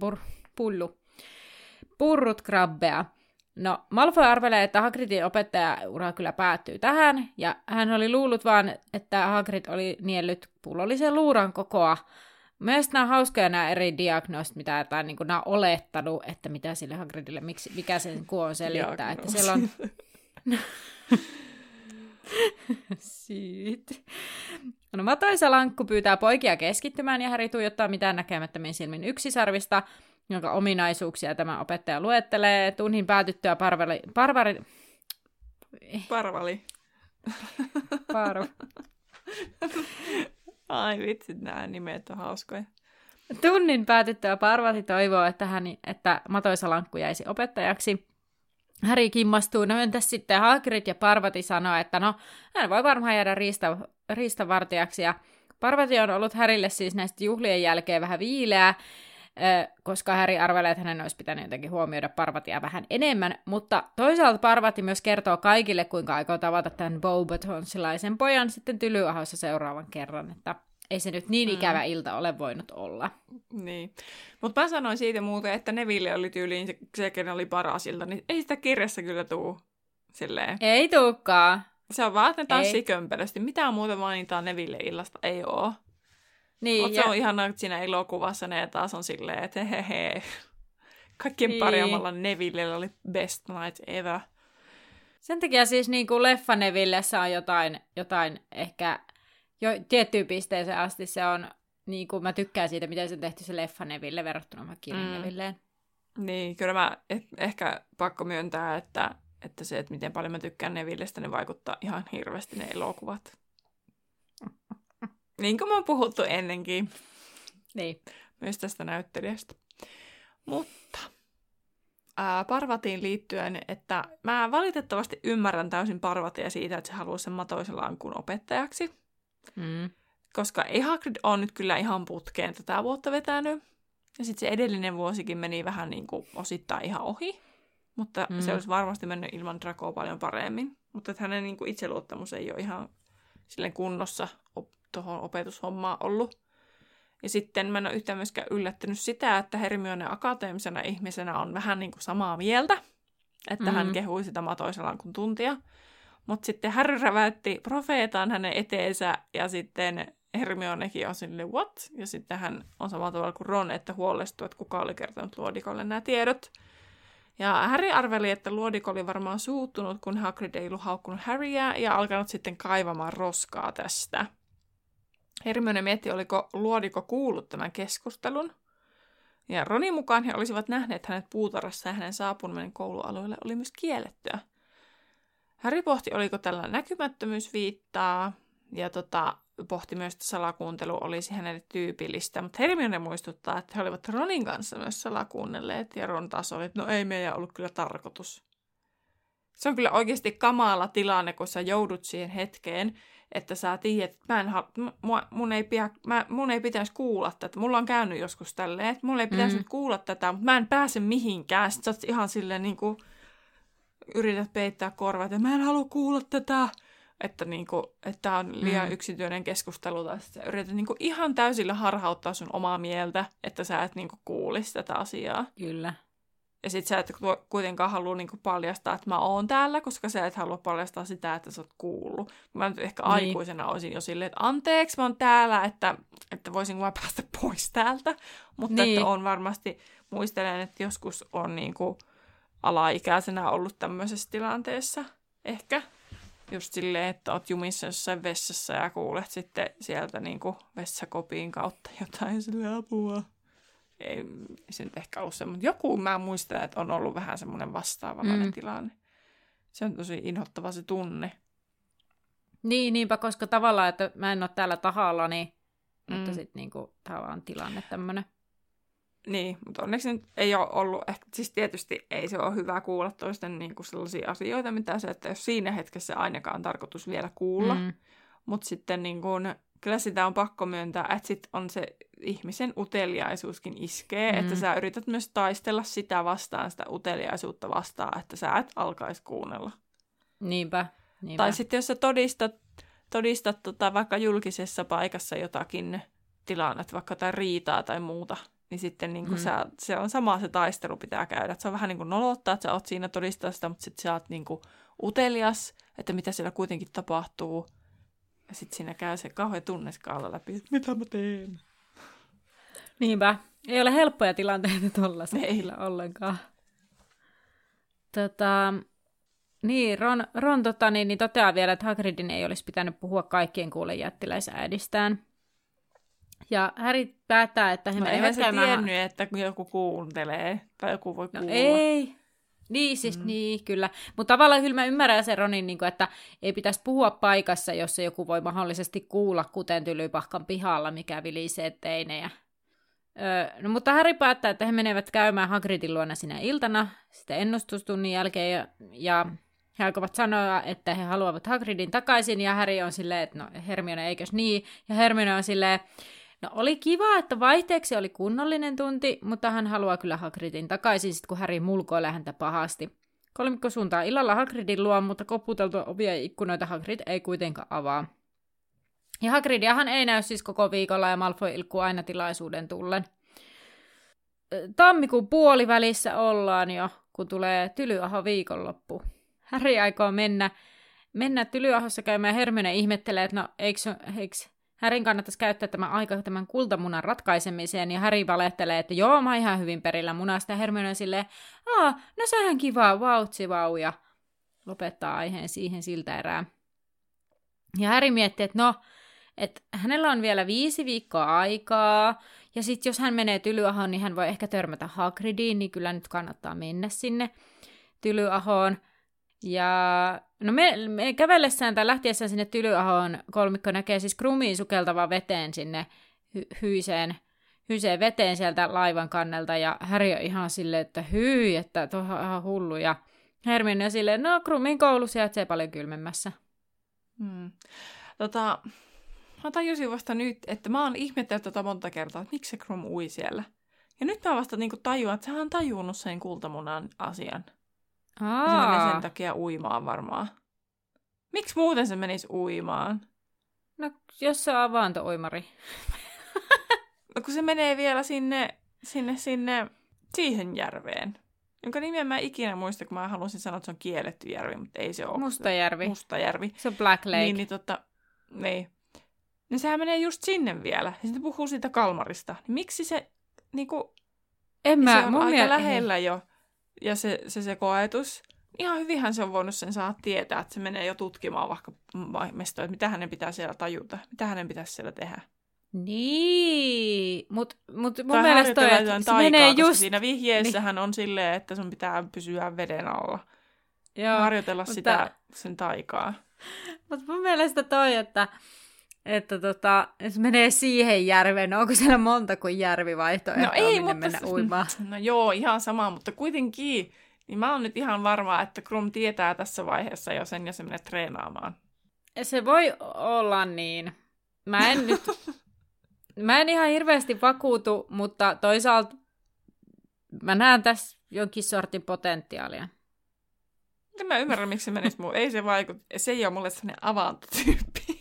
purrut krabbea. No, Malfoy arvelee, että Hagridin opettajaura kyllä päättyy tähän. Ja hän oli luullut vaan, että Hagrid oli niellyt pullollisen luuran kokoa. Mielestäni nämä on hauskoja nämä eri diagnoosit, mitä jotain, niin nämä on olettanut, että mitä sille Hagridille, mikä sen kuon selittää. Että siellä on... Syyt. No, matoisa lankku pyytää poikia keskittymään ja Harry tuijottaa mitään näkemättömin silmin yksisarvista, jonka ominaisuuksia tämä opettaja luettelee. Tunnin päätyttyä
Ai vitsit, nämä nimet on hauskoja.
Tunnin päätyttyä Parvati toivoo, että matoisa lankku jäisi opettajaksi. Harry kimmastuu, no entäs sitten Hagrid ja Parvati sanoo, että no, hän voi varmaan jäädä riistavartijaksi. Ja Parvati on ollut Harrylle siis näistä juhlien jälkeen vähän viileä, koska Harry arvelee, että hänen olisi pitänyt jotenkin huomioida Parvatia vähän enemmän. Mutta toisaalta Parvati myös kertoo kaikille, kuinka aikoo tavata tämän Beaubatonsilaisen pojan sitten Tylyahossa seuraavan kerran, että ei se nyt niin ikävä ilta ole voinut olla.
Niin. Mutta mä sanoin siitä muuten, että Neville oli tyyliin se kenen oli paras ilta, niin ei sitä kirjassa kyllä tuu silleen.
Ei tuukaan.
Se on vaan, että ne tanssii kömpelösti. Mitään muuta mainitaan Neville illasta ei oo.
Niin,
mutta se on ihanaa, että siinä elokuvassa ne taas on silleen, että hehehe. Kaikkien paremmalla Nevillellä oli best night ever.
Sen takia siis niin kuin leffa Nevillessä on jotain ehkä jo tiettyyn pisteeseen asti se on, niin kuin mä tykkään siitä, miten se on tehty se leffa Neville verrattuna kirjan Nevilleen.
Niin, kyllä mä ehkä pakko myöntää, että se, että miten paljon mä tykkään Nevillestä, ne vaikuttaa ihan hirveästi ne elokuvat. Niin kuin me on puhuttu ennenkin.
Niin.
Myös tästä näyttelijästä. Mutta Parvatiin liittyen, että mä valitettavasti ymmärrän täysin Parvatia siitä, että se haluaa sen matoisen lankun opettajaksi. Koska ei Hagrid ole nyt kyllä ihan putkeen tätä vuotta vetänyt. Ja sitten se edellinen vuosikin meni vähän niin kuin osittain ihan ohi. Mutta se olisi varmasti mennyt ilman Dracoa paljon paremmin. Mutta että hänen niin kuin itseluottamus ei ole ihan silleen kunnossa tuohon opetushommaan ollut. Ja sitten mä en ole yhtään myöskään yllättynyt sitä, että Hermione akateemisena ihmisenä on vähän niin kuin samaa mieltä. Että hän kehui sitä matoisen lankun tuntia. Mutta sitten Harry räväytti profeetan hänen eteensä ja sitten Hermionekin on silleen what? Ja sitten hän on samalla tavalla kuin Ron, että huolestui, että kuka oli kertonut Luodikolle nämä tiedot. Ja Harry arveli, että Luodiko oli varmaan suuttunut, kun Hagrid ei ollut haukkunut Harryä ja alkanut sitten kaivamaan roskaa tästä. Hermione mietti, oliko Luodiko kuullut tämän keskustelun. Ja Ronin mukaan he olisivat nähneet hänet puutarhassa ja hänen saapuneen koulualueelle oli myös kiellettyä. Harry pohti, oliko tällä näkymättömyysviittaa, ja pohti myös, että salakuuntelu olisi hänelle tyypillistä. Mutta Hermione muistuttaa, että he olivat Ronin kanssa myös salakuunnelleet, ja Ron taas oli, että no ei meidän ollut kyllä tarkoitus. Se on kyllä oikeasti kamala tilanne, kun sä joudut siihen hetkeen, että sä tiedät, että mun ei pitäisi kuulla tätä. Mulla on käynyt joskus tälleen, että mulla ei pitäisi nyt kuulla tätä, mutta mä en pääse mihinkään. Sitten sä oot ihan silleen niin kuin yrität peittää korvat, ja mä en halua kuulla tätä. Että tää on liian yksityinen keskustelu. Tai sä yrität niin kuin ihan täysillä harhauttaa sun omaa mieltä, että sä et niin kuin kuulisi tätä asiaa.
Kyllä.
Ja sit sä et kuitenkaan halua niinku paljastaa, että mä oon täällä, koska sä et halua paljastaa sitä, että sä oot kuullut. Mä nyt ehkä aikuisena olisin jo silleen, että anteeksi, mä oon täällä, että voisin vaan päästä pois täältä. Mutta että on varmasti, muistelen, että joskus on niinku alaikäisenä ollut tämmöisessä tilanteessa ehkä. Just silleen, että oot jumissa jossain vessassa ja kuulet sitten sieltä niinku vessakopiin kautta jotain silleen apua. Ei se nyt ehkä ollut semmoinen. Joku mä muistan, että on ollut vähän semmoinen vastaavanlainen tilanne. Se on tosi inhottava se tunne.
Niinpä, koska tavallaan, että mä en ole täällä tahallani, mutta sitten niinku tavallaan tilanne tämmöinen.
Niin, mutta onneksi nyt ei ole ollut, siis tietysti ei se ole hyvä kuulla toisten niinku sellaisia asioita, mitä se, että jos siinä hetkessä ainakaan on tarkoitus vielä kuulla. Mutta sitten niinku, kyllä sitä on pakko myöntää, että sit on se ihmisen uteliaisuuskin iskee, että sä yrität myös taistella sitä vastaan, sitä uteliaisuutta vastaan, että sä et alkaisi kuunnella.
Niinpä.
Tai sitten jos sä todistat vaikka julkisessa paikassa jotakin tilannetta, vaikka tai riitaa tai muuta, niin sitten niin se on sama se taistelu pitää käydä. Että se on vähän niin kuin nolottaa, että sä oot siinä todistaa sitä, mutta sitten sä oot niin kuin utelias, että mitä siellä kuitenkin tapahtuu. Ja sitten siinä käy se kauhean tunneskaala läpi, että mitä mä teen.
Niinpä. Ei ole helppoja tilanteita tollaisia kyllä ollenkaan. Niin, Ron niin toteaa vielä, että Hagridin ei olisi pitänyt puhua kaikkien kuullen jättiläisäidistään. Ja Harry päättää, että he menevät käymään...
Eihän se tiennyt, että joku kuuntelee tai joku voi kuulla.
Ei. Niin, siis niin, kyllä. Mutta tavallaan kyllä mä ymmärrän sen Ronin, että ei pitäisi puhua paikassa, jossa joku voi mahdollisesti kuulla, kuten Tylypahkan pihalla, mikä vilisee teinejä. No, mutta Harry päättää, että he menevät käymään Hagridin luona sinä iltana sitten ennustustunnin jälkeen, ja he alkavat sanoa, että he haluavat Hagridin takaisin, ja Harry on silleen, että no Hermione, eikös niin? Ja Hermione on silleen, no oli kiva, että vaihteeksi oli kunnollinen tunti, mutta hän haluaa kyllä Hagridin takaisin, sit kun Harry mulkoilee häntä pahasti. Kolmikko suuntaa illalla Hagridin luo, mutta koputeltua ovia ja ikkunoita Hagrid ei kuitenkaan avaa. Ja Hagridiahan ei näy siis koko viikolla, ja Malfoy ilkkuu aina tilaisuuden tullen. Tammikuun puolivälissä ollaan jo, kun tulee Tylyaho viikonloppu. Harry aikoo mennä Tylyahossa käymään, ja Hermione ihmettelee, että no eikö Harryn kannattaisi käyttää tämä aika tämän kultamunan ratkaisemiseen, ja Harry valehtelee, että joo, mä oon ihan hyvin perillä munasta, ja Hermione on silleen, no sehän kiva, vautsi, ja lopettaa aiheen siihen siltä erää. Ja Harry miettii, että no, että hänellä on vielä 5 viikkoa aikaa, ja sitten jos hän menee Tylyahoon, niin hän voi ehkä törmätä Hagridiin, niin kyllä nyt kannattaa mennä sinne Tylyahoon. Ja no me kävellessään tai lähtiessään sinne Tylyahoon kolmikko näkee siis Krumiin sukeltavaa veteen sinne hyyseen veteen sieltä laivan kannelta, ja Harry on ihan silleen, että että tuo on ihan hullu, ja Hermione on silleen, no Krumin koulu sijaitsee paljon kylmemmässä.
Mä tajusin vasta nyt, että mä oon ihmetellyt monta kertaa, että miksi se Krum ui siellä. Ja nyt mä vasta niinku tajuan, että sähän on tajunnut sen kultamunan asian. Se menee sen takia uimaan varmaan. Miksi muuten se menisi uimaan?
No, jos se on avaanto-uimari.
No, kun se menee vielä sinne siihen järveen. Jonka nimeä mä ikinä muista, kun mä halusin sanoa, että se on kielletty järvi, mutta ei se ole.
Mustajärvi. Se on Black Lake.
Niin. No sehän menee just sinne vielä. Ja sitten puhuu siitä Kalmarista. Miksi se niinku... se on aika lähellä jo. Ja se koetus. Ihan hyvinhän se on voinut sen saada tietää, että se menee jo tutkimaan vaikka mestoa, että mitä hänen pitää siellä tajuta. Mitä hänen pitäisi siellä tehdä.
Niin, mut mun
Tai
mielestä toi,
harjoitellaan
että se
taikaa,
menee
koska
just...
siinä vihjeessähän on silleen, että sun pitää pysyä veden alla.
Joo,
Harjoitella
mutta,
sitä sen taikaa.
Mutta mun mielestä toi, että se menee siihen järveen, onko siellä monta kuin järvivaihtoehtoa, minne mennä uimaan?
No joo, ihan sama, mutta kuitenkin, niin mä oon nyt ihan varma, että Krum tietää tässä vaiheessa jo sen ja se menee treenaamaan.
Se voi olla niin. Mä en ihan hirveästi vakuutu, mutta toisaalta mä näen tässä jonkin sortin potentiaalia.
En mä ymmärrä, miksi se menisi muu. Ei se vaikuta. Se ei ole mulle sellainen avantotyyppi.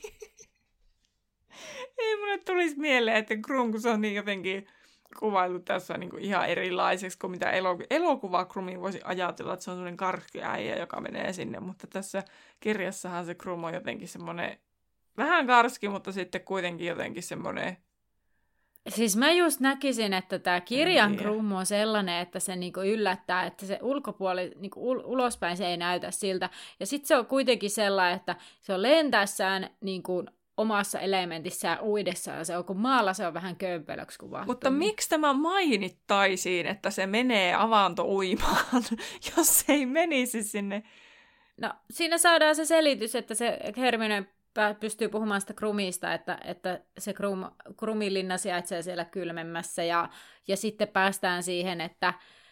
Ei mulle tulisi mieleen, että Krum, kun se on niin jotenkin kuvailtu tässä niin kuin ihan erilaiseksi kuin mitä elokuva Krumin voisi ajatella, että se on sellainen karskiäijä, joka menee sinne. Mutta tässä kirjassahan se Krum on jotenkin semmoinen vähän karski, mutta sitten kuitenkin jotenkin semmoinen...
Siis mä just näkisin, että tämä kirjan Krum on sellainen, että se niinku yllättää, että se ulkopuoli niinku ulospäin se ei näytä siltä. Ja sitten se on kuitenkin sellainen, että se on lentäessään niinku omassa elementissään uidessaan, ja se on, kun maalla se on vähän kömpelöksi kuvattu.
Mutta miksi tämä mainittaisiin, että se menee avantouimaan, jos se ei menisi sinne?
No, siinä saadaan se selitys, että se Hermione pystyy puhumaan sitä Krumista, että se Krumilinna sijaitsee siellä kylmemmässä, ja sitten päästään siihen, että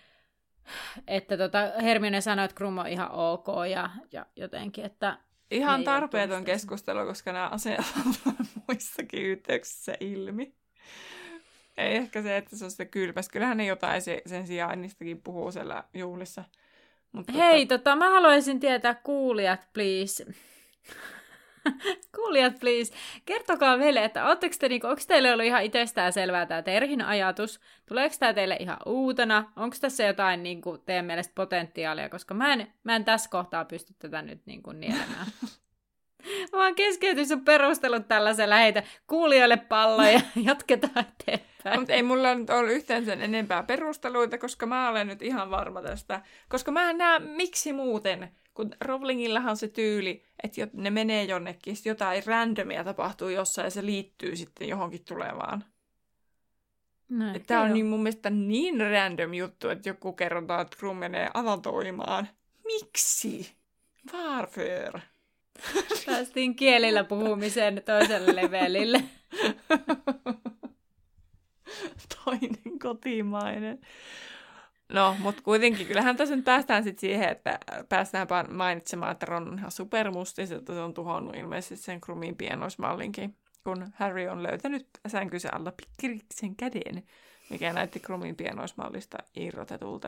Hermione sanoi, että Krum on ihan ok, ja jotenkin, että...
Ihan tarpeeton keskustelu, koska nämä asiat on muissakin yhteyksissä ilmi. Ei ehkä se, että se on sitä kylmästä. Kyllähän ne jotain sen sijainnistakin puhuu siellä juhlissa. Mutta
hei, mä haluaisin tietää, kuulijat, please. Kuulijat, please. Kertokaa meille, että onko teille ollut ihan itsestään selvää tämä Terhin ajatus? Tuleeko tämä teille ihan uutena? Onko tässä jotain niin kuin, teidän mielestä potentiaalia? Koska mä en tässä kohtaa pysty tätä nyt niin kuin nielemään. Mä vaan keskeytyn sun perustelut tällaisella, heitä kuulijoille palloja ja jatketaan eteenpäin.
Mutta ei mulla nyt ole yhtään sen enempää perusteluita, koska mä olen nyt ihan varma tästä. Koska mä en näe, miksi muuten, kun Rowlingillahan on se tyyli, että ne menee jonnekin, jotain randomia tapahtuu jossain ja se liittyy sitten johonkin tulevaan. No, tämä on niin, mun mielestä niin random juttu, että joku kerrotaan, että Krum menee avantoimaan. Miksi? Varför?
Päästiin kielillä puhumiseen toiselle levelille.
Toinen kotimainen. No, mutta kuitenkin, kyllähän tässä nyt päästään sitten siihen, että päästään mainitsemaan, että Ron on ihan supermustis, että se on tuhonnut ilmeisesti sen Krumin pienoismallinkin, kun Harry on löytänyt sänkynsä alla pikkiriksen käden, mikä näytti Krumin pienoismallista irrotetulta.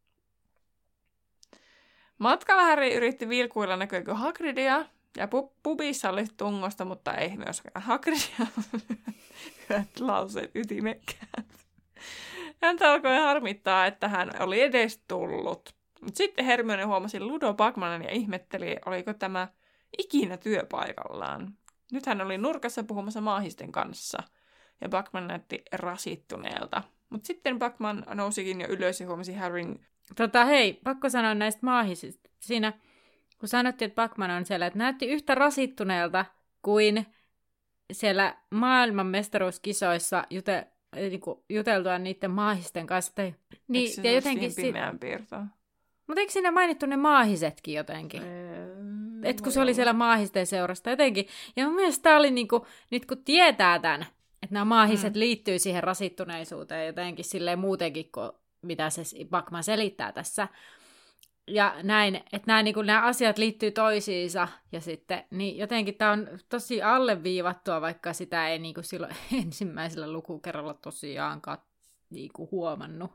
Matkalla Harry yritti vilkuilla näköikö Hagridia, ja pubissa oli tungosta, mutta ei myöskään Hagridia. Hyvät lauseet, ytimekkäät. Häntä alkoi harmittaa, että hän oli edes tullut. Sitten Hermione huomasi Ludo Bagmanin ja ihmetteli, oliko tämä ikinä työpaikallaan. Nyt hän oli nurkassa puhumassa maahisten kanssa, ja Bagman näytti rasittuneelta. Mutta sitten Bagman nousikin jo ylös ja huomasi Harryn.
Hei, pakko sanoa näistä maahisista. Siinä, kun sanottiin, että Bagman on siellä, että näytti yhtä rasittuneelta kuin siellä maailmanmestaruuskisoissa juteltua niiden maahisten kanssa.
Eikö se jotenkin pimeän piirtoa?
Mutta eikö siinä mainittu ne maahisetkin jotenkin? Et kun se oli siellä maahisten seurasta jotenkin. Ja mun mielestä tämä oli niinku, nyt kun tietää tämän, että nämä maahiset liittyy siihen rasittuneisuuteen jotenkin silleen muutenkin, kuin mitä se Bagman selittää tässä. Ja näin, että nämä asiat liittyy toisiinsa, ja sitten niin jotenkin tämä on tosi alleviivattua, vaikka sitä ei niinku silloin ensimmäisellä lukukerralla tosiaankaan niinku huomannut.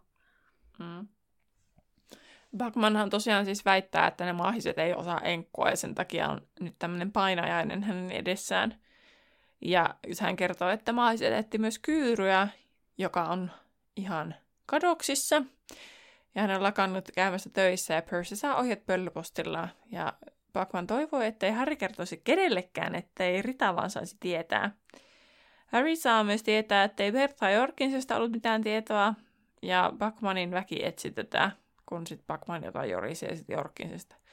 Bagmanhan tosiaan siis väittää, että ne maahiset ei osaa enkkua, ja sen takia on nyt tämmöinen painajainen hänen edessään. Ja hän kertoo, että maahiset etti myös Kyyryä, joka on ihan kadoksissa. Ja hän on lakannut käymässä töissä ja Percy saa ohjeet pöllöpostilla. Ja Bagman toivoi, ettei Harry kertoisi kenellekään, ettei Rita vaan saisi tietää. Harry saa myös tietää, ettei Bertha Jorkinsesta ollut mitään tietoa. Ja Bagmanin väki etsi tätä, kun sitten Bagman jotain jorisee sitten Jorkinsesta.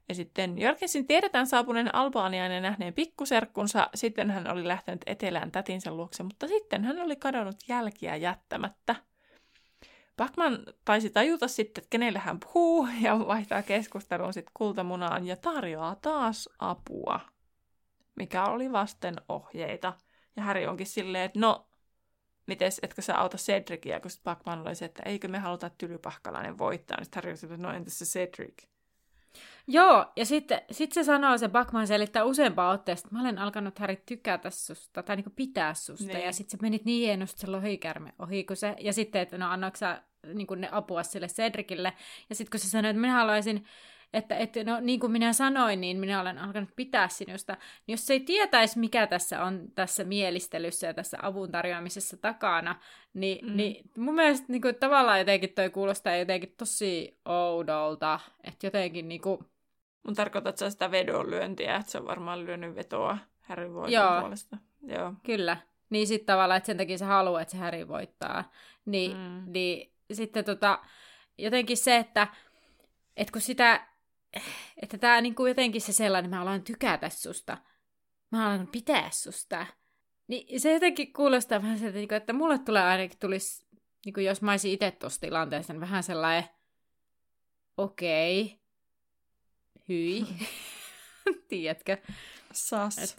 Ja sitten Jorgensin tiedetään saapuneen Albaniaan ja nähneen pikkuserkkunsa. Sitten hän oli lähtenyt etelään tätinsä luokse, mutta sitten hän oli kadonnut jälkiä jättämättä. Backman taisi tajuta sitten, että kenelle hän puhuu ja vaihtaa keskustelun sitten kultamunaan ja tarjoaa taas apua, mikä oli vasten ohjeita. Ja Harry onkin silleen, että no, mites, etkö sä auta Cedricia, kun sitten Backman oli se, että eikö me haluta tylypahkalainen voittaa. Niin sitten Harry oli silleen, että no entäs se Cedric?
Joo, ja sitten se sanoo, se Backman selittää useampaa otteesta, että mä olen alkanut Harry tykätä susta, tai niinku pitää susta,
niin.
Ja sitten se menit niin hienosti se lohikärme ohi, kun se, ja sitten, että no annoiko sä niinku ne apua sille Cedricille, ja sitten kun se sanoi, että minä haluaisin, että no niin kuin minä sanoin, niin minä olen alkanut pitää sinusta, niin jos se ei tietäisi, mikä tässä on tässä mielistelyssä ja tässä avun tarjoamisessa takana, niin mun mielestä niin kuin, tavallaan jotenkin toi kuulostaa jotenkin tosi oudolta, että jotenkin niinku.
Mun tarkoitat sä sitä vedonlyöntiä, että se on varmaan lyönyt vetoa Harry voiton puolesta. Joo.
Kyllä. Niin sitten tavallaan, että sen takia se haluaa, että se Harry voittaa. Niin sitten jotenkin se, että kun sitä, että tää niinku jotenkin se sellainen, mä alan tykätä susta, mä alan pitää susta, niin se jotenkin kuulostaa vähän sieltä, että mulle tulisi, niin jos mä olisin itse tuossa tilanteessa, niin vähän sellainen, okei. Hyi. Tiedätkö?
Sas.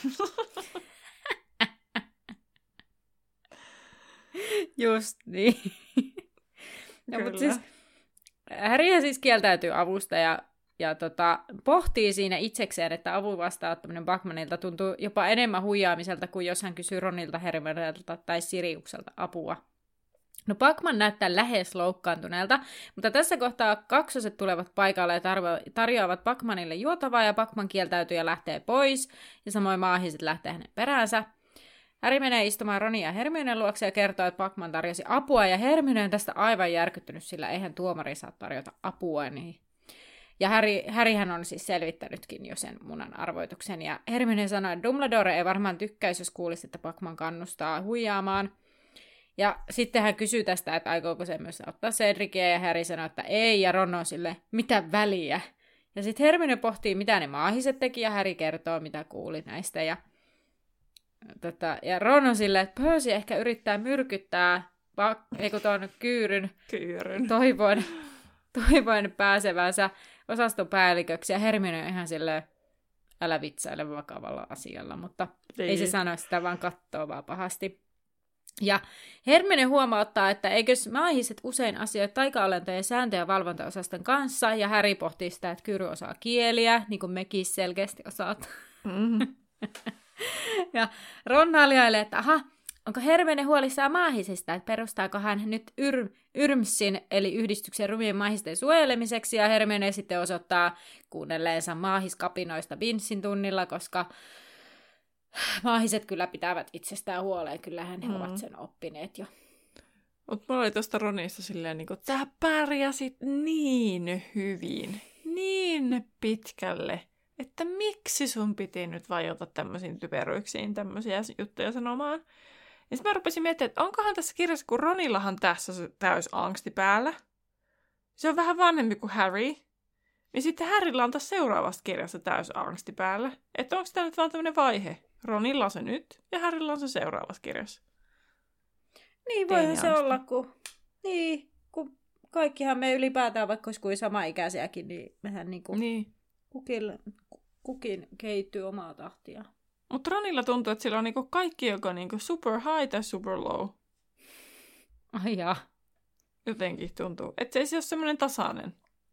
Just niin. No, mutta siis Harryhän siis kieltäytyy avusta ja pohtii siinä itsekseen, että avun vastaanottaminen Backmanilta tuntuu jopa enemmän huijaamiselta kuin jos hän kysyy Ronilta, Hermionelta tai Siriukselta apua. No Backman näyttää lähes loukkaantuneelta, mutta tässä kohtaa kaksoset tulevat paikalle ja tarjoavat Backmanille juotavaa ja Backman kieltäytyy ja lähtee pois ja samoin maahiset lähtee hänen peräänsä. Harry menee istumaan Ronin ja Hermionen luokse ja kertoo, että Backman tarjosi apua ja Hermione on tästä aivan järkyttynyt, sillä eihän tuomari saa tarjota apua. Niin. Ja Harryhän on siis selvittänytkin jo sen munan arvoituksen ja Hermione sanoi, että Dumbledore ei varmaan tykkäisi, jos kuulisi, että Backman kannustaa huijaamaan. Ja sitten hän kysyy tästä, että aikooko se myös ottaa Cedricia, ja Harry sanoo, että ei, ja Ron on sille, mitä väliä. Ja sitten Hermione pohtii, mitä ne maahiset teki, ja Harry kertoo, mitä kuuli näistä. Ja Ron on silleen, että Percy ehkä yrittää myrkyttää tuon kyyryn. Toivoen pääsevänsä osaston päälliköksi, ja Hermione on ihan silleen, älä vitsaile vakavalla asialla, mutta ei se sano sitä, vaan kattoo vaan pahasti. Ja Hermione huomauttaa, että eikös maahiset usein asioi taika-olentojen sääntö- ja valvontaosaston kanssa, ja Harry pohtii sitä, että Kyry osaa kieliä, niin kuin mekin selkeästi osaat. Mm-hmm. Ja Ron haljailee, että onko Hermione huolissaan maahisista, että perustaako hän nyt Yrmsin, eli yhdistyksen rumien maahisten suojelemiseksi, ja Hermione sitten osoittaa kuunnelleensa maahiskapinoista Vincin tunnilla, koska maahiset kyllä pitävät itsestään huoleen, kyllähän he ovat sen oppineet jo.
Mutta mulla oli tuosta Ronista silleen, että sä pärjäsit niin hyvin, niin pitkälle, että miksi sun piti nyt vajota tämmöisiin typeryyksiin tämmöisiä juttuja sanomaan. Ja sitten mä rupesin miettimään, että onkohan tässä kirjassa, kun Ronillahan tässä täys angsti päällä. Se on vähän vanhempi kuin Harry. Ja sitten Harrylla on taas seuraavassa kirjassa täys angsti päällä. Että onko tämä nyt vaan tämmöinen vaihe? Ronilla on se nyt ja Harrylla on se seuraavassa kirjassa.
Niin voihan se olla, kun kaikkihan me ylipäätään, vaikka olisi kuin sama-ikäisiäkin, niin mehän kukin kehittyy omaa tahtia.
Mutta Ronilla tuntuu, että sillä on kaikki joko super high tai super low.
Ai jaa.
Jotenkin tuntuu. Että se ei ole semmoinen tasainen.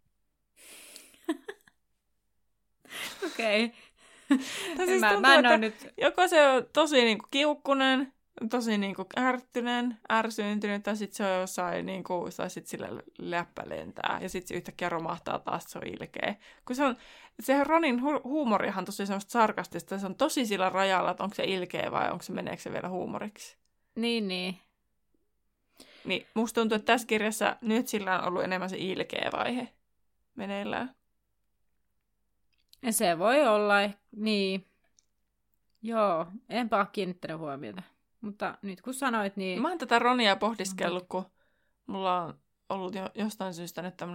Okei.
Siis mä en ole nyt. Joko se on tosi kiukkunen, tosi ärtyinen, ärsyyntynyt, tai sitten se on jossain, tai sitten sillä läppä lentää, ja sitten se yhtäkkiä romahtaa taas, se on ilkeä. Kun se Ronin huumorihan on tosi semmoista sarkastista, se on tosi sillä rajalla, että onko se ilkeä vai meneekö se vielä huumoriksi.
Niin.
Niin musta tuntuu, että tässä kirjassa nyt sillä on ollut enemmän se ilkeä vaihe meneillään.
Ja se voi olla, niin. Joo, enpä ole kiinnittänyt huomiota. Mutta nyt kun sanoit, niin...
Mä oon tätä Ronia pohdiskellut, kun mulla on ollut jostain syystä nyt tämmönen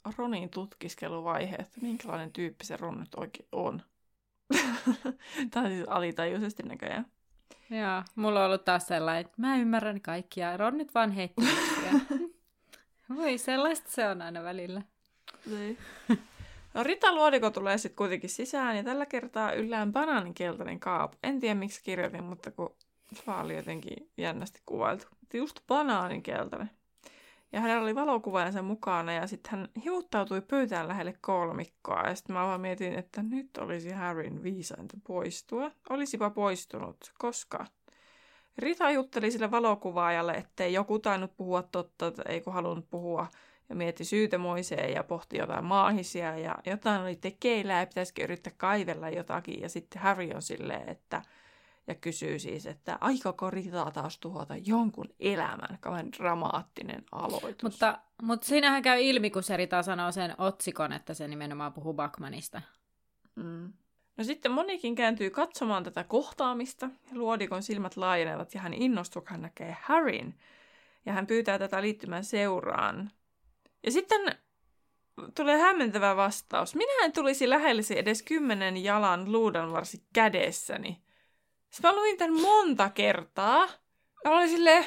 Ronin tutkiskeluvaihe, että minkälainen tyyppi se Ron nyt oikein on. Tämä on siis alitajuisesti näköjään.
Joo, mulla on ollut taas sellainen, että mä ymmärrän kaikkia. Ron nyt vaan heitti. Voi, sellaista se on aina välillä.
Niin. No, Rita Luodiko tulee sitten kuitenkin sisään ja tällä kertaa yllään banaaninkeltainen kaapu. En tiedä miksi kirjoitin, mutta kun se vaan oli jotenkin jännästi kuvailtu. Just banaaninkeltainen. Ja hänellä oli valokuvaajansa mukana ja sitten hän hiuttautui pöytään lähelle kolmikkoa. Ja sitten mä vaan mietin, että nyt olisi Harryn viisainta poistua. Olisipa poistunut, koska Rita jutteli sille valokuvaajalle, ettei joku tainnut puhua totta, että ei kun halunnut puhua. Ja mietti syytä moiseen ja pohti jotain maahisia ja jotain oli tekeillä ja pitäisikö yrittää kaivella jotakin. Ja sitten Harry on silleen, että... Ja kysyy siis, että aikooko Rita taas tuhota jonkun elämän? Kauhean dramaattinen aloitus.
Mutta siinähän käy ilmi, kun se Rita sanoo sen otsikon, että se nimenomaan puhuu Buckmanista.
Mm. No sitten Monikin kääntyy katsomaan tätä kohtaamista. Luodikon silmät laajenevat ja hän innostuu, kun hän näkee Harryn. Ja hän pyytää tätä liittymään seuraan. Ja sitten tulee hämmentävä vastaus. Minä en tulisi lähellesi edes 10 jalan luudanvarsi kädessäni. Sitten mä luin tämän monta kertaa. Ja olin silleen,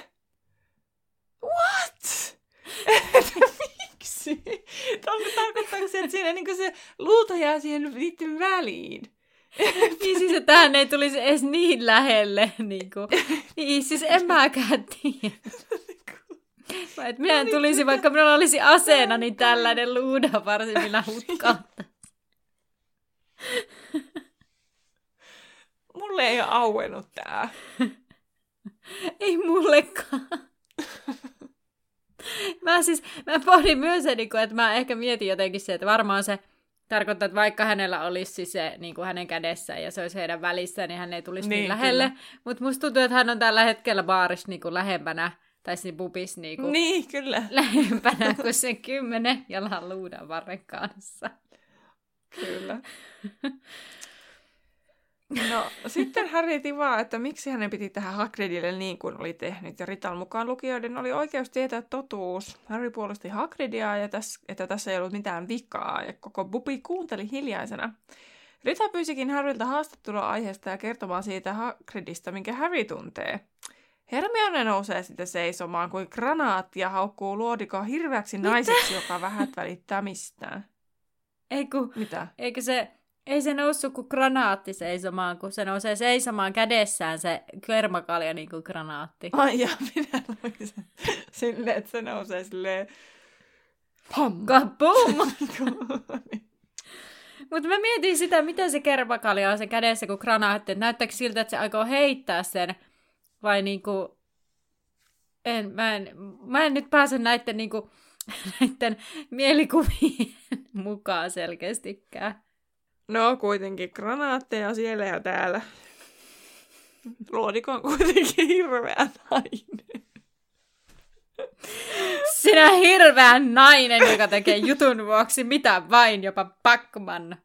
what? Miksi? Tarkoittaako se, että siinä niin se luuta jää siihen liittyen väliin?
Niin siis, että tähän ei tulisi edes niin lähelle. Niin siis en mäkään tiedä. Että minä en tulisi, vaikka minulla olisi aseena, niin tällainen luudanvarsi, millä hutkauttaa.
Mulle ei ole auennut tää.
Ei mullekaan. Mä pohdin myös, että mä ehkä mietin jotenkin se, että varmaan se tarkoittaa, että vaikka hänellä olisi se niin kuin hänen kädessään ja se olisi heidän välissään, niin hän ei tulisi niin lähelle. Mutta musta tuntuu, että hän on tällä hetkellä baarissa niin kuin lähempänä, tai siinä pubissa
niin, kyllä.
Lähempänä kuin sen 10 jalan luudanvarren kanssa.
Kyllä. No, sitten Harry tivaa, että miksi hänen piti tehdä Hagridille niin kuin oli tehnyt, ja Ritan mukaan lukijoiden oli oikeus tietää totuus. Harry puolusti Hagridia, ja että tässä ei ollut mitään vikaa, ja koko pubi kuunteli hiljaisena. Rita pyysikin Harryltä haastattelua aiheesta ja kertomaan siitä Hagridista, minkä Harry tuntee. Hermione nousee sitten seisomaan kuin granaatti ja haukkuu Luodikon hirveäksi naiseksi, joka vähät välittää mistään. Mitä?
Ei se noussut kuin granaatti seisomaan, kun se nousee seisomaan kädessään se kermakalja niin kuin granaatti.
Ai ja, minä luin sen silleen, että se nousee silleen pam!
Kapum! Mutta mä mietin sitä, miten se kermakalja on se kädessä kuin granaatti. Että näyttääkö siltä, että se aikoo heittää sen vai niinku... Mä en nyt pääse näiden mielikuvien mukaan selkeästikään.
No, kuitenkin granaatteja siellä ja täällä. Luodiko on kuitenkin hirveä nainen.
Sinä hirveä nainen, joka tekee jutun vuoksi mitä vain, jopa Buckman.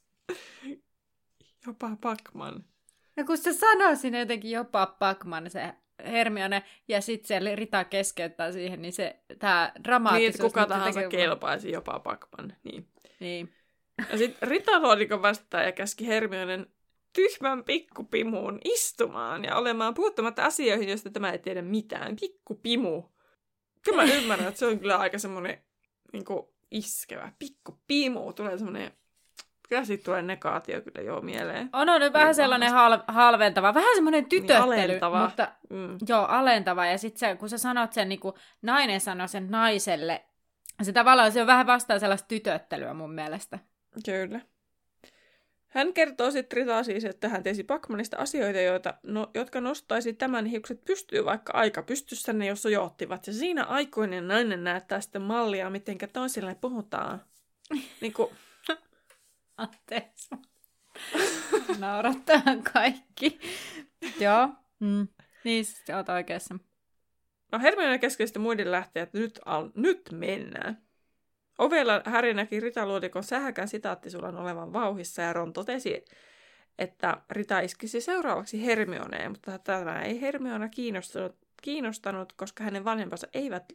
Jopa Buckman.
No kun se sanoo sinne jotenkin jopa Buckman, se Hermione, ja sitten se Rita keskeyttää siihen, niin se tää dramaattisuus...
Niin, kuka tahansa kelpaisi jopa Buckman.
Niin.
Ja sitten Rita Luodiko vastaa ja käski Hermionen tyhmän pikkupimuun istumaan ja olemaan puuttumatta asioihin, joista tämä ei tiedä mitään. Pikkupimu. Kyllä mä ymmärrän, että se on kyllä aika semmoinen niinku iskevä. Pikkupimu. Tulee semmoinen... Kyllä siitä tulee negaatio kyllä jo mieleen.
On nyt vähän sellainen halventava. Vähän semmoinen tytöttely.
Niin, alentava.
Mutta, joo, alentava. Ja sitten kun sä sanot sen, niin kuin nainen sanoo sen naiselle, se tavallaan se on vähän vastaan sellaista tytöttelyä mun mielestä.
Kyllä. Hän kertoo sitten Ritaa siis, että hän tiesi Buckmanista asioita, jotka nostaisi tämän hiukset pystyyn, vaikka aika pystyssä ne jo sojottivat. Ja siinä aikuinen nainen näyttää sitten mallia, mitenkä toisille puhutaan. Niinku...
Anteeksi. Naurattaa kaikki. Joo. Niin, sä oot oikeassa.
No Hermione keskei sitten muiden lähteä, että nyt mennään. Ovella Harry näki Rita Luodikon sähäkän sitaattisulan olevan vauhissa ja Ron totesi, että Rita iskisi seuraavaksi Hermioneen, mutta tämä ei Hermiona kiinnostanut, koska hänen vanhempansa eivät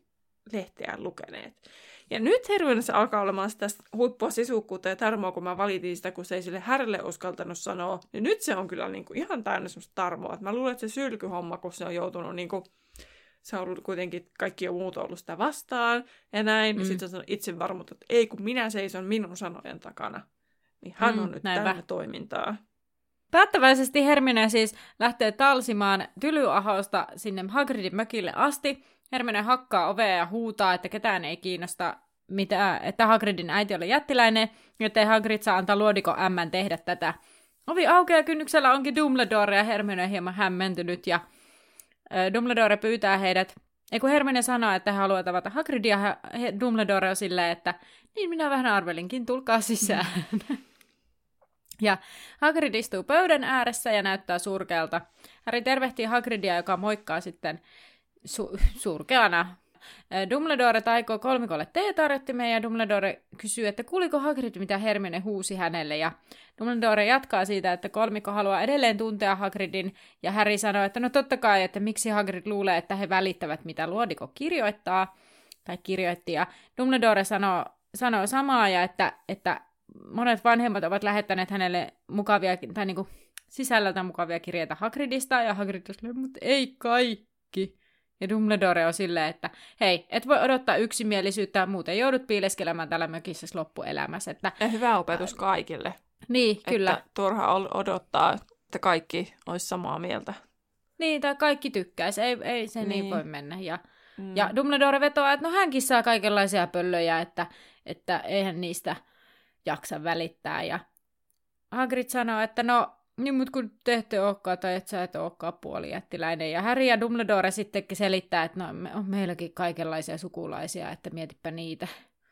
lehteä lukeneet. Ja nyt Hermionessa alkaa olemaan sitä huippua sisukkuutta ja tarmoa, kun mä valitin sitä, kun se ei sille Harrylle uskaltanut sanoa. Niin nyt se on kyllä niinku ihan täynnä semmoista tarmoa. Et mä luulen, että se sylkyhomma, kun se on joutunut niinku, se on ollut kuitenkin kaikki jo muut ollut sitä vastaan ja näin. Ja sitten se on itsevarmuutta, että ei kun minä seison minun sanojen takana. Niin hän on nyt täynnä toimintaa.
Päättäväisesti Hermione siis lähtee talsimaan Tylyahosta sinne Hagridin mökille asti. Hermione hakkaa ovea ja huutaa, että ketään ei kiinnosta, että Hagridin äiti oli jättiläinen, jottei Hagrid saa antaa luodiko ämmän tehdä tätä. Ovi aukeaa, kynnyksellä onkin Dumbledore ja Hermione on hieman hämmentynyt ja Dumbledore pyytää heidät. Kun Hermione sanoo, että he haluaa tavata Hagridia, Dumbledore on silleen, että niin minä vähän arvelinkin, tulkaa sisään. Ja Hagrid istuu pöydän ääressä ja näyttää surkealta. Harry tervehtii Hagridia, joka moikkaa sitten surkeana. Dumbledore taikoo kolmikolle teetarjottimeen ja Dumbledore kysyy, että kuuliko Hagrid, mitä Hermione huusi hänelle. Ja Dumbledore jatkaa siitä, että kolmikko haluaa edelleen tuntea Hagridin. Ja Harry sanoo, että no totta kai, että miksi Hagrid luulee, että he välittävät, mitä luodiko kirjoittaa. Tai kirjoitti. Ja Dumbledore sanoo samaa ja että monet vanhemmat ovat lähettäneet hänelle mukavia, tai niinku sisällöltä mukavia kirjeitä Hagridista, ja Hagrid on silleen, mutta ei kaikki. Ja Dumbledore on silleen, että hei, et voi odottaa yksimielisyyttä, muuten joudut piileskelemään täällä mökissä loppuelämässä. Että
ja hyvä opetus kaikille.
Niin, että kyllä.
Turha odottaa, että kaikki olisi samaa mieltä.
Niin, tai kaikki tykkäisi, ei se niin voi mennä. Ja Dumbledore vetoaa, että no hänkin saa kaikenlaisia pöllöjä, että eihän niistä jaksa välittää. Ja Hagrid sanoo, että no, niin mut kun te ette olekaan, tai et sä et olekaan puolijättiläinen. Ja Harry ja Dumbledore sittenkin selittää, että no, on meilläkin kaikenlaisia sukulaisia, että mietipä niitä.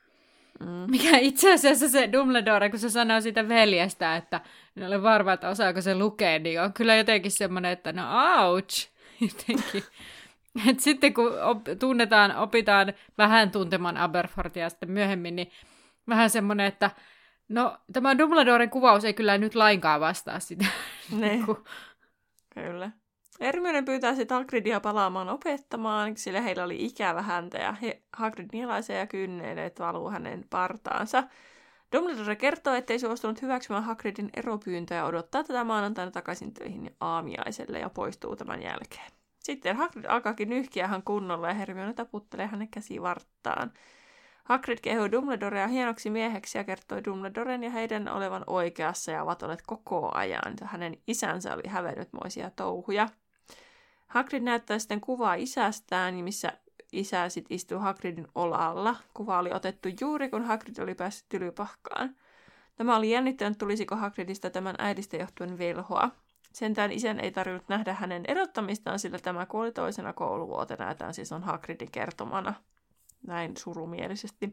Mikä itse asiassa se Dumbledore, kun se sanoo siitä veljestä, että en ole varma, että osaako se lukea, niin on kyllä jotenkin semmoinen, että no ouch, jotenkin. Et sitten kun opitaan vähän tuntemaan Aberforthia sitten myöhemmin, niin vähän semmoinen, että no tämä Dumbledoren kuvaus ei kyllä nyt lainkaan vastaa sitä.
Ne. Kyllä. Hermione pyytää sitten Hagridia palaamaan opettamaan, sillä heillä oli ikävä häntä ja Hagrid nielaisee ja kynneilet valuu hänen partaansa. Dumbledore kertoo, ettei suostunut hyväksymään Hagridin eropyyntöä ja odottaa tätä maanantaina takaisin töihin aamiaiselle ja poistuu tämän jälkeen. Sitten Hagrid alkaakin nyhkiä hän kunnolla ja Hermione taputtelee hänen käsivarttaan. Hagrid kehuu Dumbledorea hienoksi mieheksi ja kertoi Dumbledoren ja heidän olevan oikeassa ja ovat olleet koko ajan. Hänen isänsä oli hävennytmoisia touhuja. Hagrid näyttää sitten kuvaa isästään, missä isä sitten istuu Hagridin olalla. Kuva oli otettu juuri, kun Hagrid oli päässyt Tylypahkaan. Tämä oli jännittänyt, tulisiko Hagridista tämän äidistä johtuen velhoa. Sentään isän ei tarvinnut nähdä hänen erottamistaan, sillä tämä kuoli toisena kouluvuotena ja tämä siis on Hagridin kertomana. Näin surumielisesti.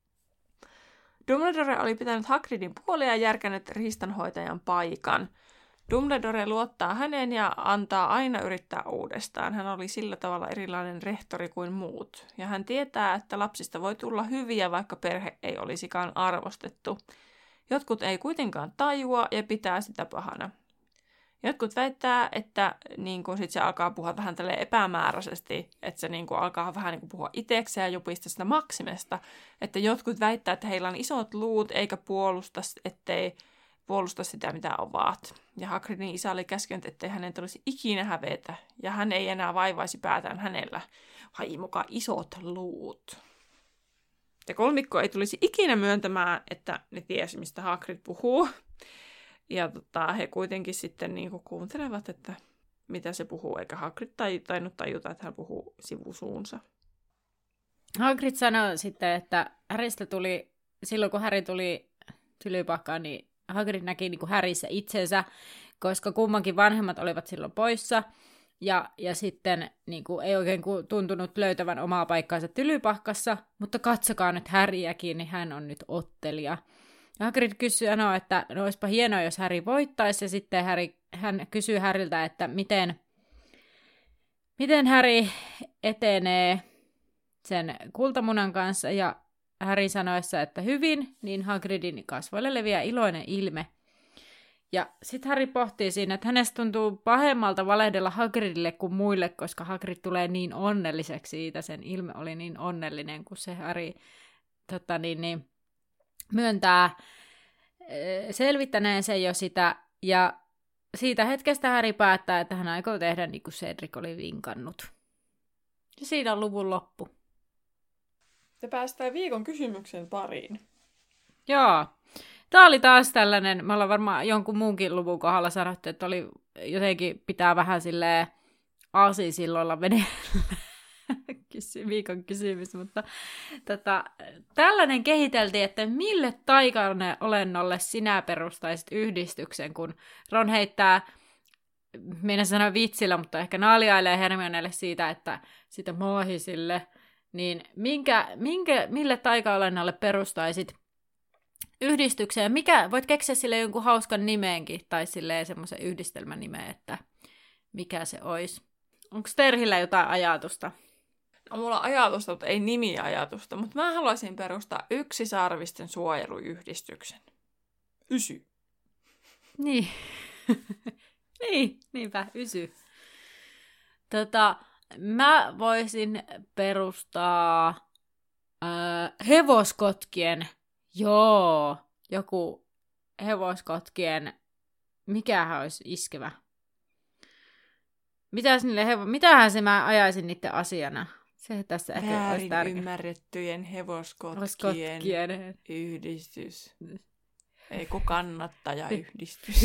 Dumbledore oli pitänyt Hagridin puolia ja järkännyt riistanhoitajan paikan. Dumbledore luottaa häneen ja antaa aina yrittää uudestaan. Hän oli sillä tavalla erilainen rehtori kuin muut. Ja hän tietää, että lapsista voi tulla hyviä, vaikka perhe ei olisikaan arvostettu. Jotkut ei kuitenkaan tajua ja pitää sitä pahana. Jotkut väittää, että niin sit se alkaa puhua vähän tälleen epämääräisesti, että se alkaa vähän puhua itsekseen ja jupista sitä maksimesta. Että jotkut väittää, että heillä on isot luut eikä ettei puolusta sitä, mitä ovat. Ja Hagridin isä oli käskenyt, ettei hänen tulisi ikinä hävetä ja hän ei enää vaivaisi päätään hänellä, vai mukaan isot luut. Ja kolmikko ei tulisi ikinä myöntämään, että ne tiesi, mistä Hagrid puhuu. Ja he kuitenkin sitten kuuntelevat, että mitä se puhuu, eikä Hagrid tainnut tajuta, että hän puhuu sivusuunsa.
Hagrid sanoi sitten, että Harrystä tuli, silloin kun Harry tuli Tylypahkaan, niin Hagrid näki Harryssä itsensä, koska kummankin vanhemmat olivat silloin poissa. Ja sitten ei oikein tuntunut löytävän omaa paikkaansa Tylypahkassa, mutta katsokaa nyt Harryäkin, niin hän on nyt ottelija. Ja Hagrid sanoo, että no olisipa hienoa, jos Harry voittaisi, ja sitten hän kysyy Harryltä, että miten Harry etenee sen kultamunan kanssa, ja Harry sanoessa, että hyvin, niin Hagridin kasvoille leviää iloinen ilme. Ja sitten Harry pohtii siinä, että hänestä tuntuu pahemmalta valehdella Hagridille kuin muille, koska Hagrid tulee niin onnelliseksi siitä. Sen ilme oli niin onnellinen, kun se Harry myöntää selvittäneensä jo sitä. Ja siitä hetkestä Harry päättää, että hän aikoo tehdä niin kuin Cedric oli vinkannut. Ja siinä on luvun loppu.
Ja päästään viikon kysymyksen pariin.
Joo. Tämä oli taas tällainen, me ollaan varmaan jonkun muunkin luvun kohdalla sanottu, että oli jotenkin pitää vähän silleen aasisilloilla veneellä viikon kysymys, mutta tällainen kehiteltiin, että mille taikainen olennolle sinä perustaisit yhdistyksen, kun Ron heittää, meidän sanoa vitsillä, mutta ehkä naaliailee Hermionelle siitä, että sitä maahisille, niin mille taikaolennolle perustaisit yhdistykseen? Voit keksiä sille jonkun hauskan nimeenkin, tai silleen semmoisen yhdistelmän nimeen, että mikä se olisi. Onko Terhillä jotain ajatusta?
No, mulla on ajatusta, mutta ei nimiajatusta, mutta mä haluaisin perustaa yksisarvisten suojeluyhdistyksen. Ysy.
Niin. Niinpä, ysy. Mä voisin perustaa hevoskotkien, joku hevoskotkien, mikähän olisi iskevä? Mitähän se mä ajaisin niiden asiana? Se tässä ehkä olisi tärkeä.
Ymmärrettyjen hevoskotkien yhdistys. Ei kun kannattajayhdistys.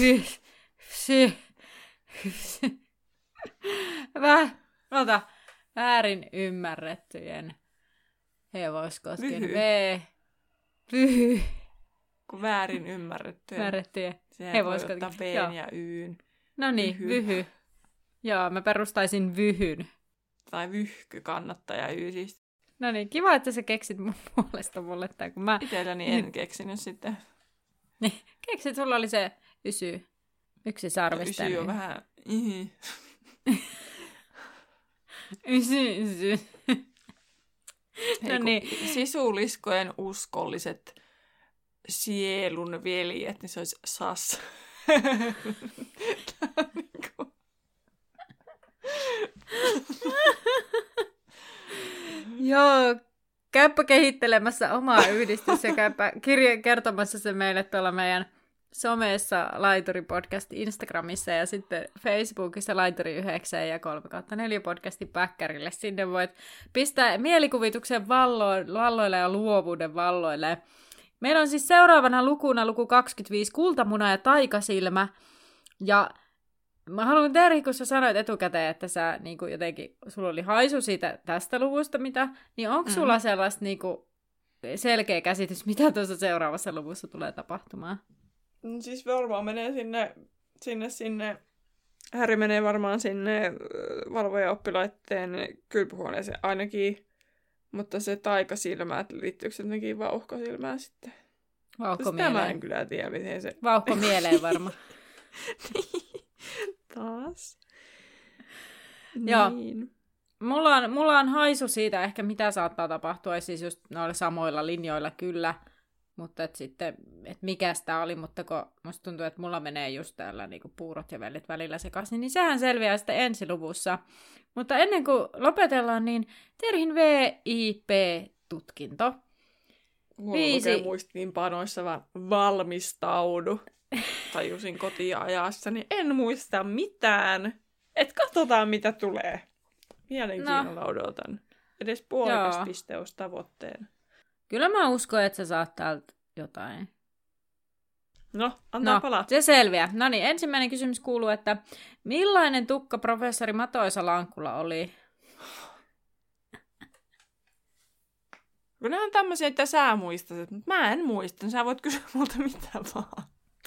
Väärin ymmärrettyjen hevoskoskien.
Kun väärin ymmärrettyjen. Sehän voi ottaa V:n ja Y:n.
No niin, vyhy. Joo, mä perustaisin vyhyn.
Tai vyhky kannattajayhdistys.
No niin, kiva, että sä keksit mun puolesta mulle. Kun mä...
Itselläni en keksinyt sitten.
Niin, keksit, sulla oli se ysy. Yksisarvisten.
Ysy on vähän...
Ysy. No niin.
Sisuliskojen uskolliset sielun veljet, niin se olisi sas.
Joo, käypä kehittelemässä omaa yhdistys ja käypä kertomassa se meille tuolla meidän somessa Laituri Podcast Instagramissa ja sitten Facebookissa Laituri 9 ja 3/4 podcasti Päkkärille. Sinne voit pistää mielikuvituksen valloille ja luovuuden valloille. Meillä on siis seuraavana lukuna luku 25, Kultamuna ja taikasilmä. Ja mä haluan Terhi, kun sä sanoit etukäteen, että sä niin kuin jotenkin, sulla oli haisu siitä tästä luvusta, niin onko sulla sellaista niin kuin selkeä käsitys, mitä tuossa seuraavassa luvussa tulee tapahtumaan?
Siis varmaan menee sinne. Harry menee varmaan sinne valvoja-oppilaitteen kylpyhuoneeseen ainakin. Mutta se taikasilmä, että liittyykö se jotenkin vauhkosilmään sitten?
Vauhkomieleen.
Tämä en kyllä tiedä, miten se...
Vauhkomieleen varmaan.
Taas.
Joo.
Niin.
Mulla on haisu siitä ehkä, mitä saattaa tapahtua, siis just noilla samoilla linjoilla kyllä. Mutta sitten, että mikä sitä oli, mutta kun musta tuntuu, että mulla menee just täällä niinku puurot ja vellit välillä sekaisin, niin sehän selviää sitten ensi luvussa. Mutta ennen kuin lopetellaan, niin Terhin VIP-tutkinto.
Mulla lukee muistiinpanoissa vaan valmistaudu. Tajusin kotiajassa, niin en muista mitään. Et katsotaan, mitä tulee. Mielenkiinnolla odotan. Edes puolikas pisteystavoitteen.
Kyllä mä uskon, että sä saat täältä jotain.
No, antaa palaa.
Se selviää. No niin, ensimmäinen kysymys kuuluu, että millainen tukka professori Matoisa Lankkulla oli?
Kun nämä on tämmöisiä, että sä muistasit, mutta mä en muista. Sä voit kysyä multa mitä vaan.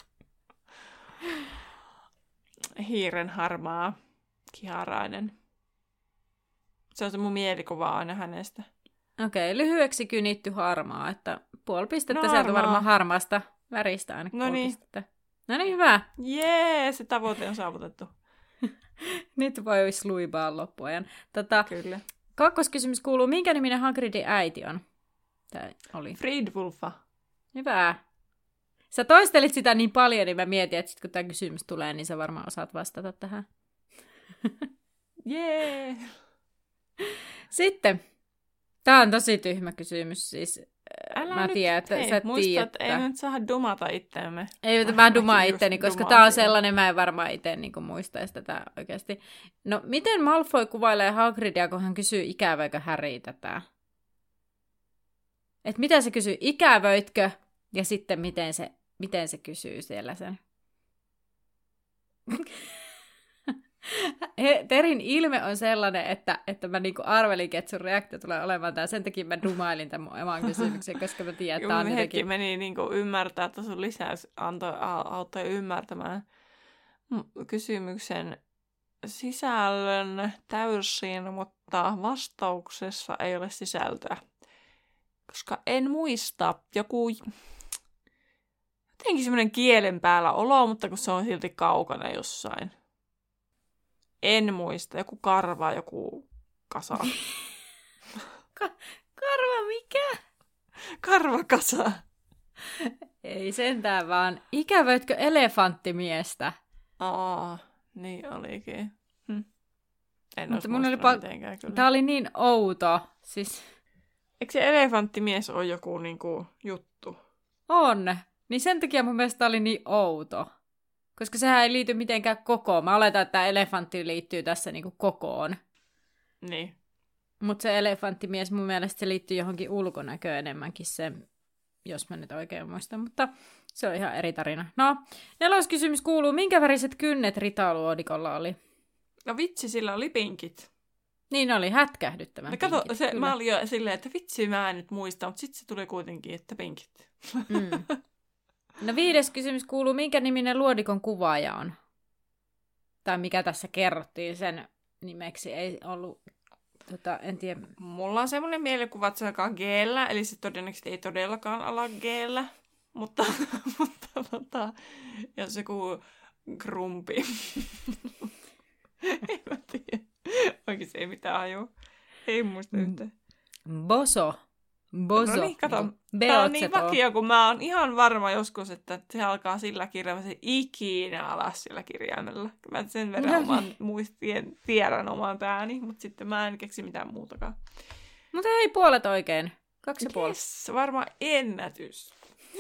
Hiiren harmaa, kiharainen. Se on se mun mielikuva aina hänestä.
Okei, lyhyeksi kynitty harmaa, että puoli pistettä sieltä varmaan harmaasta väristä ainakin puoli pistettä. No niin, hyvä.
Jee, se tavoite on saavutettu.
Nyt voisi luibaa loppuajan.
Kyllä.
Kakkoskysymys kuuluu, minkä niminen Hagridin äiti on? Tämä oli.
Fridwulfa.
Hyvä. Sä toistelit sitä niin paljon, niin mä mietin, että sit kun tämä kysymys tulee, niin sä varmaan osaat vastata tähän.
Jee!
Sitten, tää on tosi tyhmä kysymys, siis
Älä
mä
nyt,
tiedän, että
hei,
sä
muista,
tiedät.
että ei nyt saada dumata itseämme.
Ei, mä dumaan
Mäkin
itteni,
just
koska
dumaan
tää on
siihen.
sellainen, mä en varmaan itse niin muistaisi tätä oikeasti. No, miten Malfoy kuvailee Hagridia, kun hän kysyy, ikävöikö Harry tätä? Et mitä se kysyy, ikävöitkö? Ja sitten miten se kysyy siellä sen. Terin ilme on sellainen, että mä niinku arvelinkin, että sun reaktio tulee olemaan tää. Sen takia mä dumailin tämän mun oman kysymyksen, koska mä tiedän, että tää on
hetki
jotenkin...
meni niinku ymmärtää, että sun lisäys auttoi ymmärtämään kysymyksen sisällön täysin, mutta vastauksessa ei ole sisältöä. Koska en muista, joku jotenkin semmoinen kielen päällä olo, mutta kun se on silti kaukana jossain. En muista, joku karva, joku kasa.
Karva mikä?
Karvakasa.
Ei sentään vaan. Ikävöitkö elefanttimiesta?
Niin olikin. En
Mutta
olisi
mun oli
muistanut mitenkään kyllä.
Tää oli niin outo. Siis
Eikö se elefanttimies ole joku niinku juttu?
on. Niin sen takia mun mielestä tää oli niin outo. Koska sehän ei liity mitenkään kokoon. Mä oletan, että tämä elefantti liittyy tässä niinku kokoon.
Niin.
Mutta se elefanttimies mun mielestä se liittyy johonkin ulkonäköön enemmänkin se, jos mä nyt oikein muistan. Mutta se on ihan eri tarina. No, 4. kysymys kuuluu, minkä väriset kynnet Ritaluodikolla oli?
No vitsi, sillä oli pinkit.
Niin oli, hätkähdyttävän
No kato,
pinkit,
mä olin jo silleen, että vitsi mä en nyt muista, mutta sitten se tuli kuitenkin, että pinkit.
No 5. kysymys kuuluu, minkä niminen luodikon kuvaaja on? Tai mikä tässä kerrottiin sen nimeksi, ei ollut, en tiedä.
Mulla on semmoinen mielikuva, että se alkaa G-llä, eli se todennäköisesti ei todellakaan ala G-llä, mutta jos joku Grumpi. Ei mä tiedä. Oikeasti ei mitään hajua. Ei muista yhtään.
Boso.
No niin, kato. Tämä on niin vakio, kun mä oon ihan varma joskus, että se alkaa sillä kirjaimella, se ikinä alas sillä kirjaimella. Mä sen verran oman muistien tiedän oman pääni, mutta sitten mä en keksi mitään muutakaan.
Mutta ei puolet oikein. 2,5.
Yes, varmaan ennätys.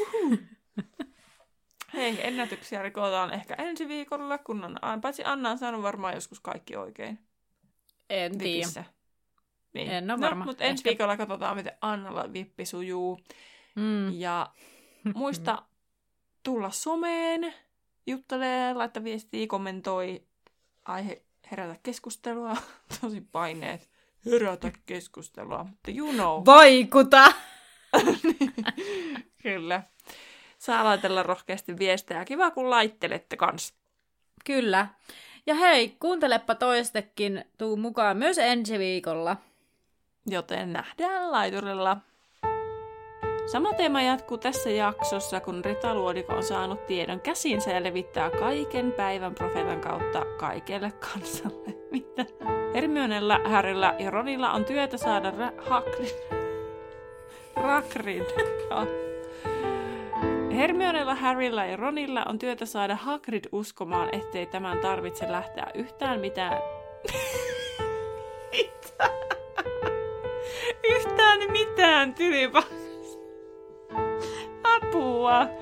Hei, ennätyksiä rikotaan ehkä ensi viikolla, kun paitsi Anna on saanut varmaan joskus kaikki oikein.
En tiedä.
Niin.
En ole varma.
Mutta ensi viikolla katsotaan, miten Annalla vippi sujuu. Ja muista tulla someen, juttelee, laittaa viestiä, kommentoi, aihe herätä keskustelua. Tosi paineet. Herätä keskustelua, mutta you know.
Vaikuta!
Kyllä. Saa laitella rohkeasti viestejä. Kiva, kun laittelette kanssa.
Kyllä. Ja hei, kuuntelepa toistekin. Tuu mukaan myös ensi viikolla.
Joten nähdään laiturilla. Sama teema jatkuu tässä jaksossa, kun Rita Luodiko on saanut tiedon käsinsä ja levittää kaiken päivän profeetan kautta kaikelle kansalle. Mitä? Hermionella, Harryllä ja Ronilla on työtä saada Hagrid. Hermionella, Harryllä ja Ronilla on työtä saada Hagrid uskomaan, ettei tämän tarvitse lähteä yhtään mitään... yhtään mitään tylipaikasta. Apua!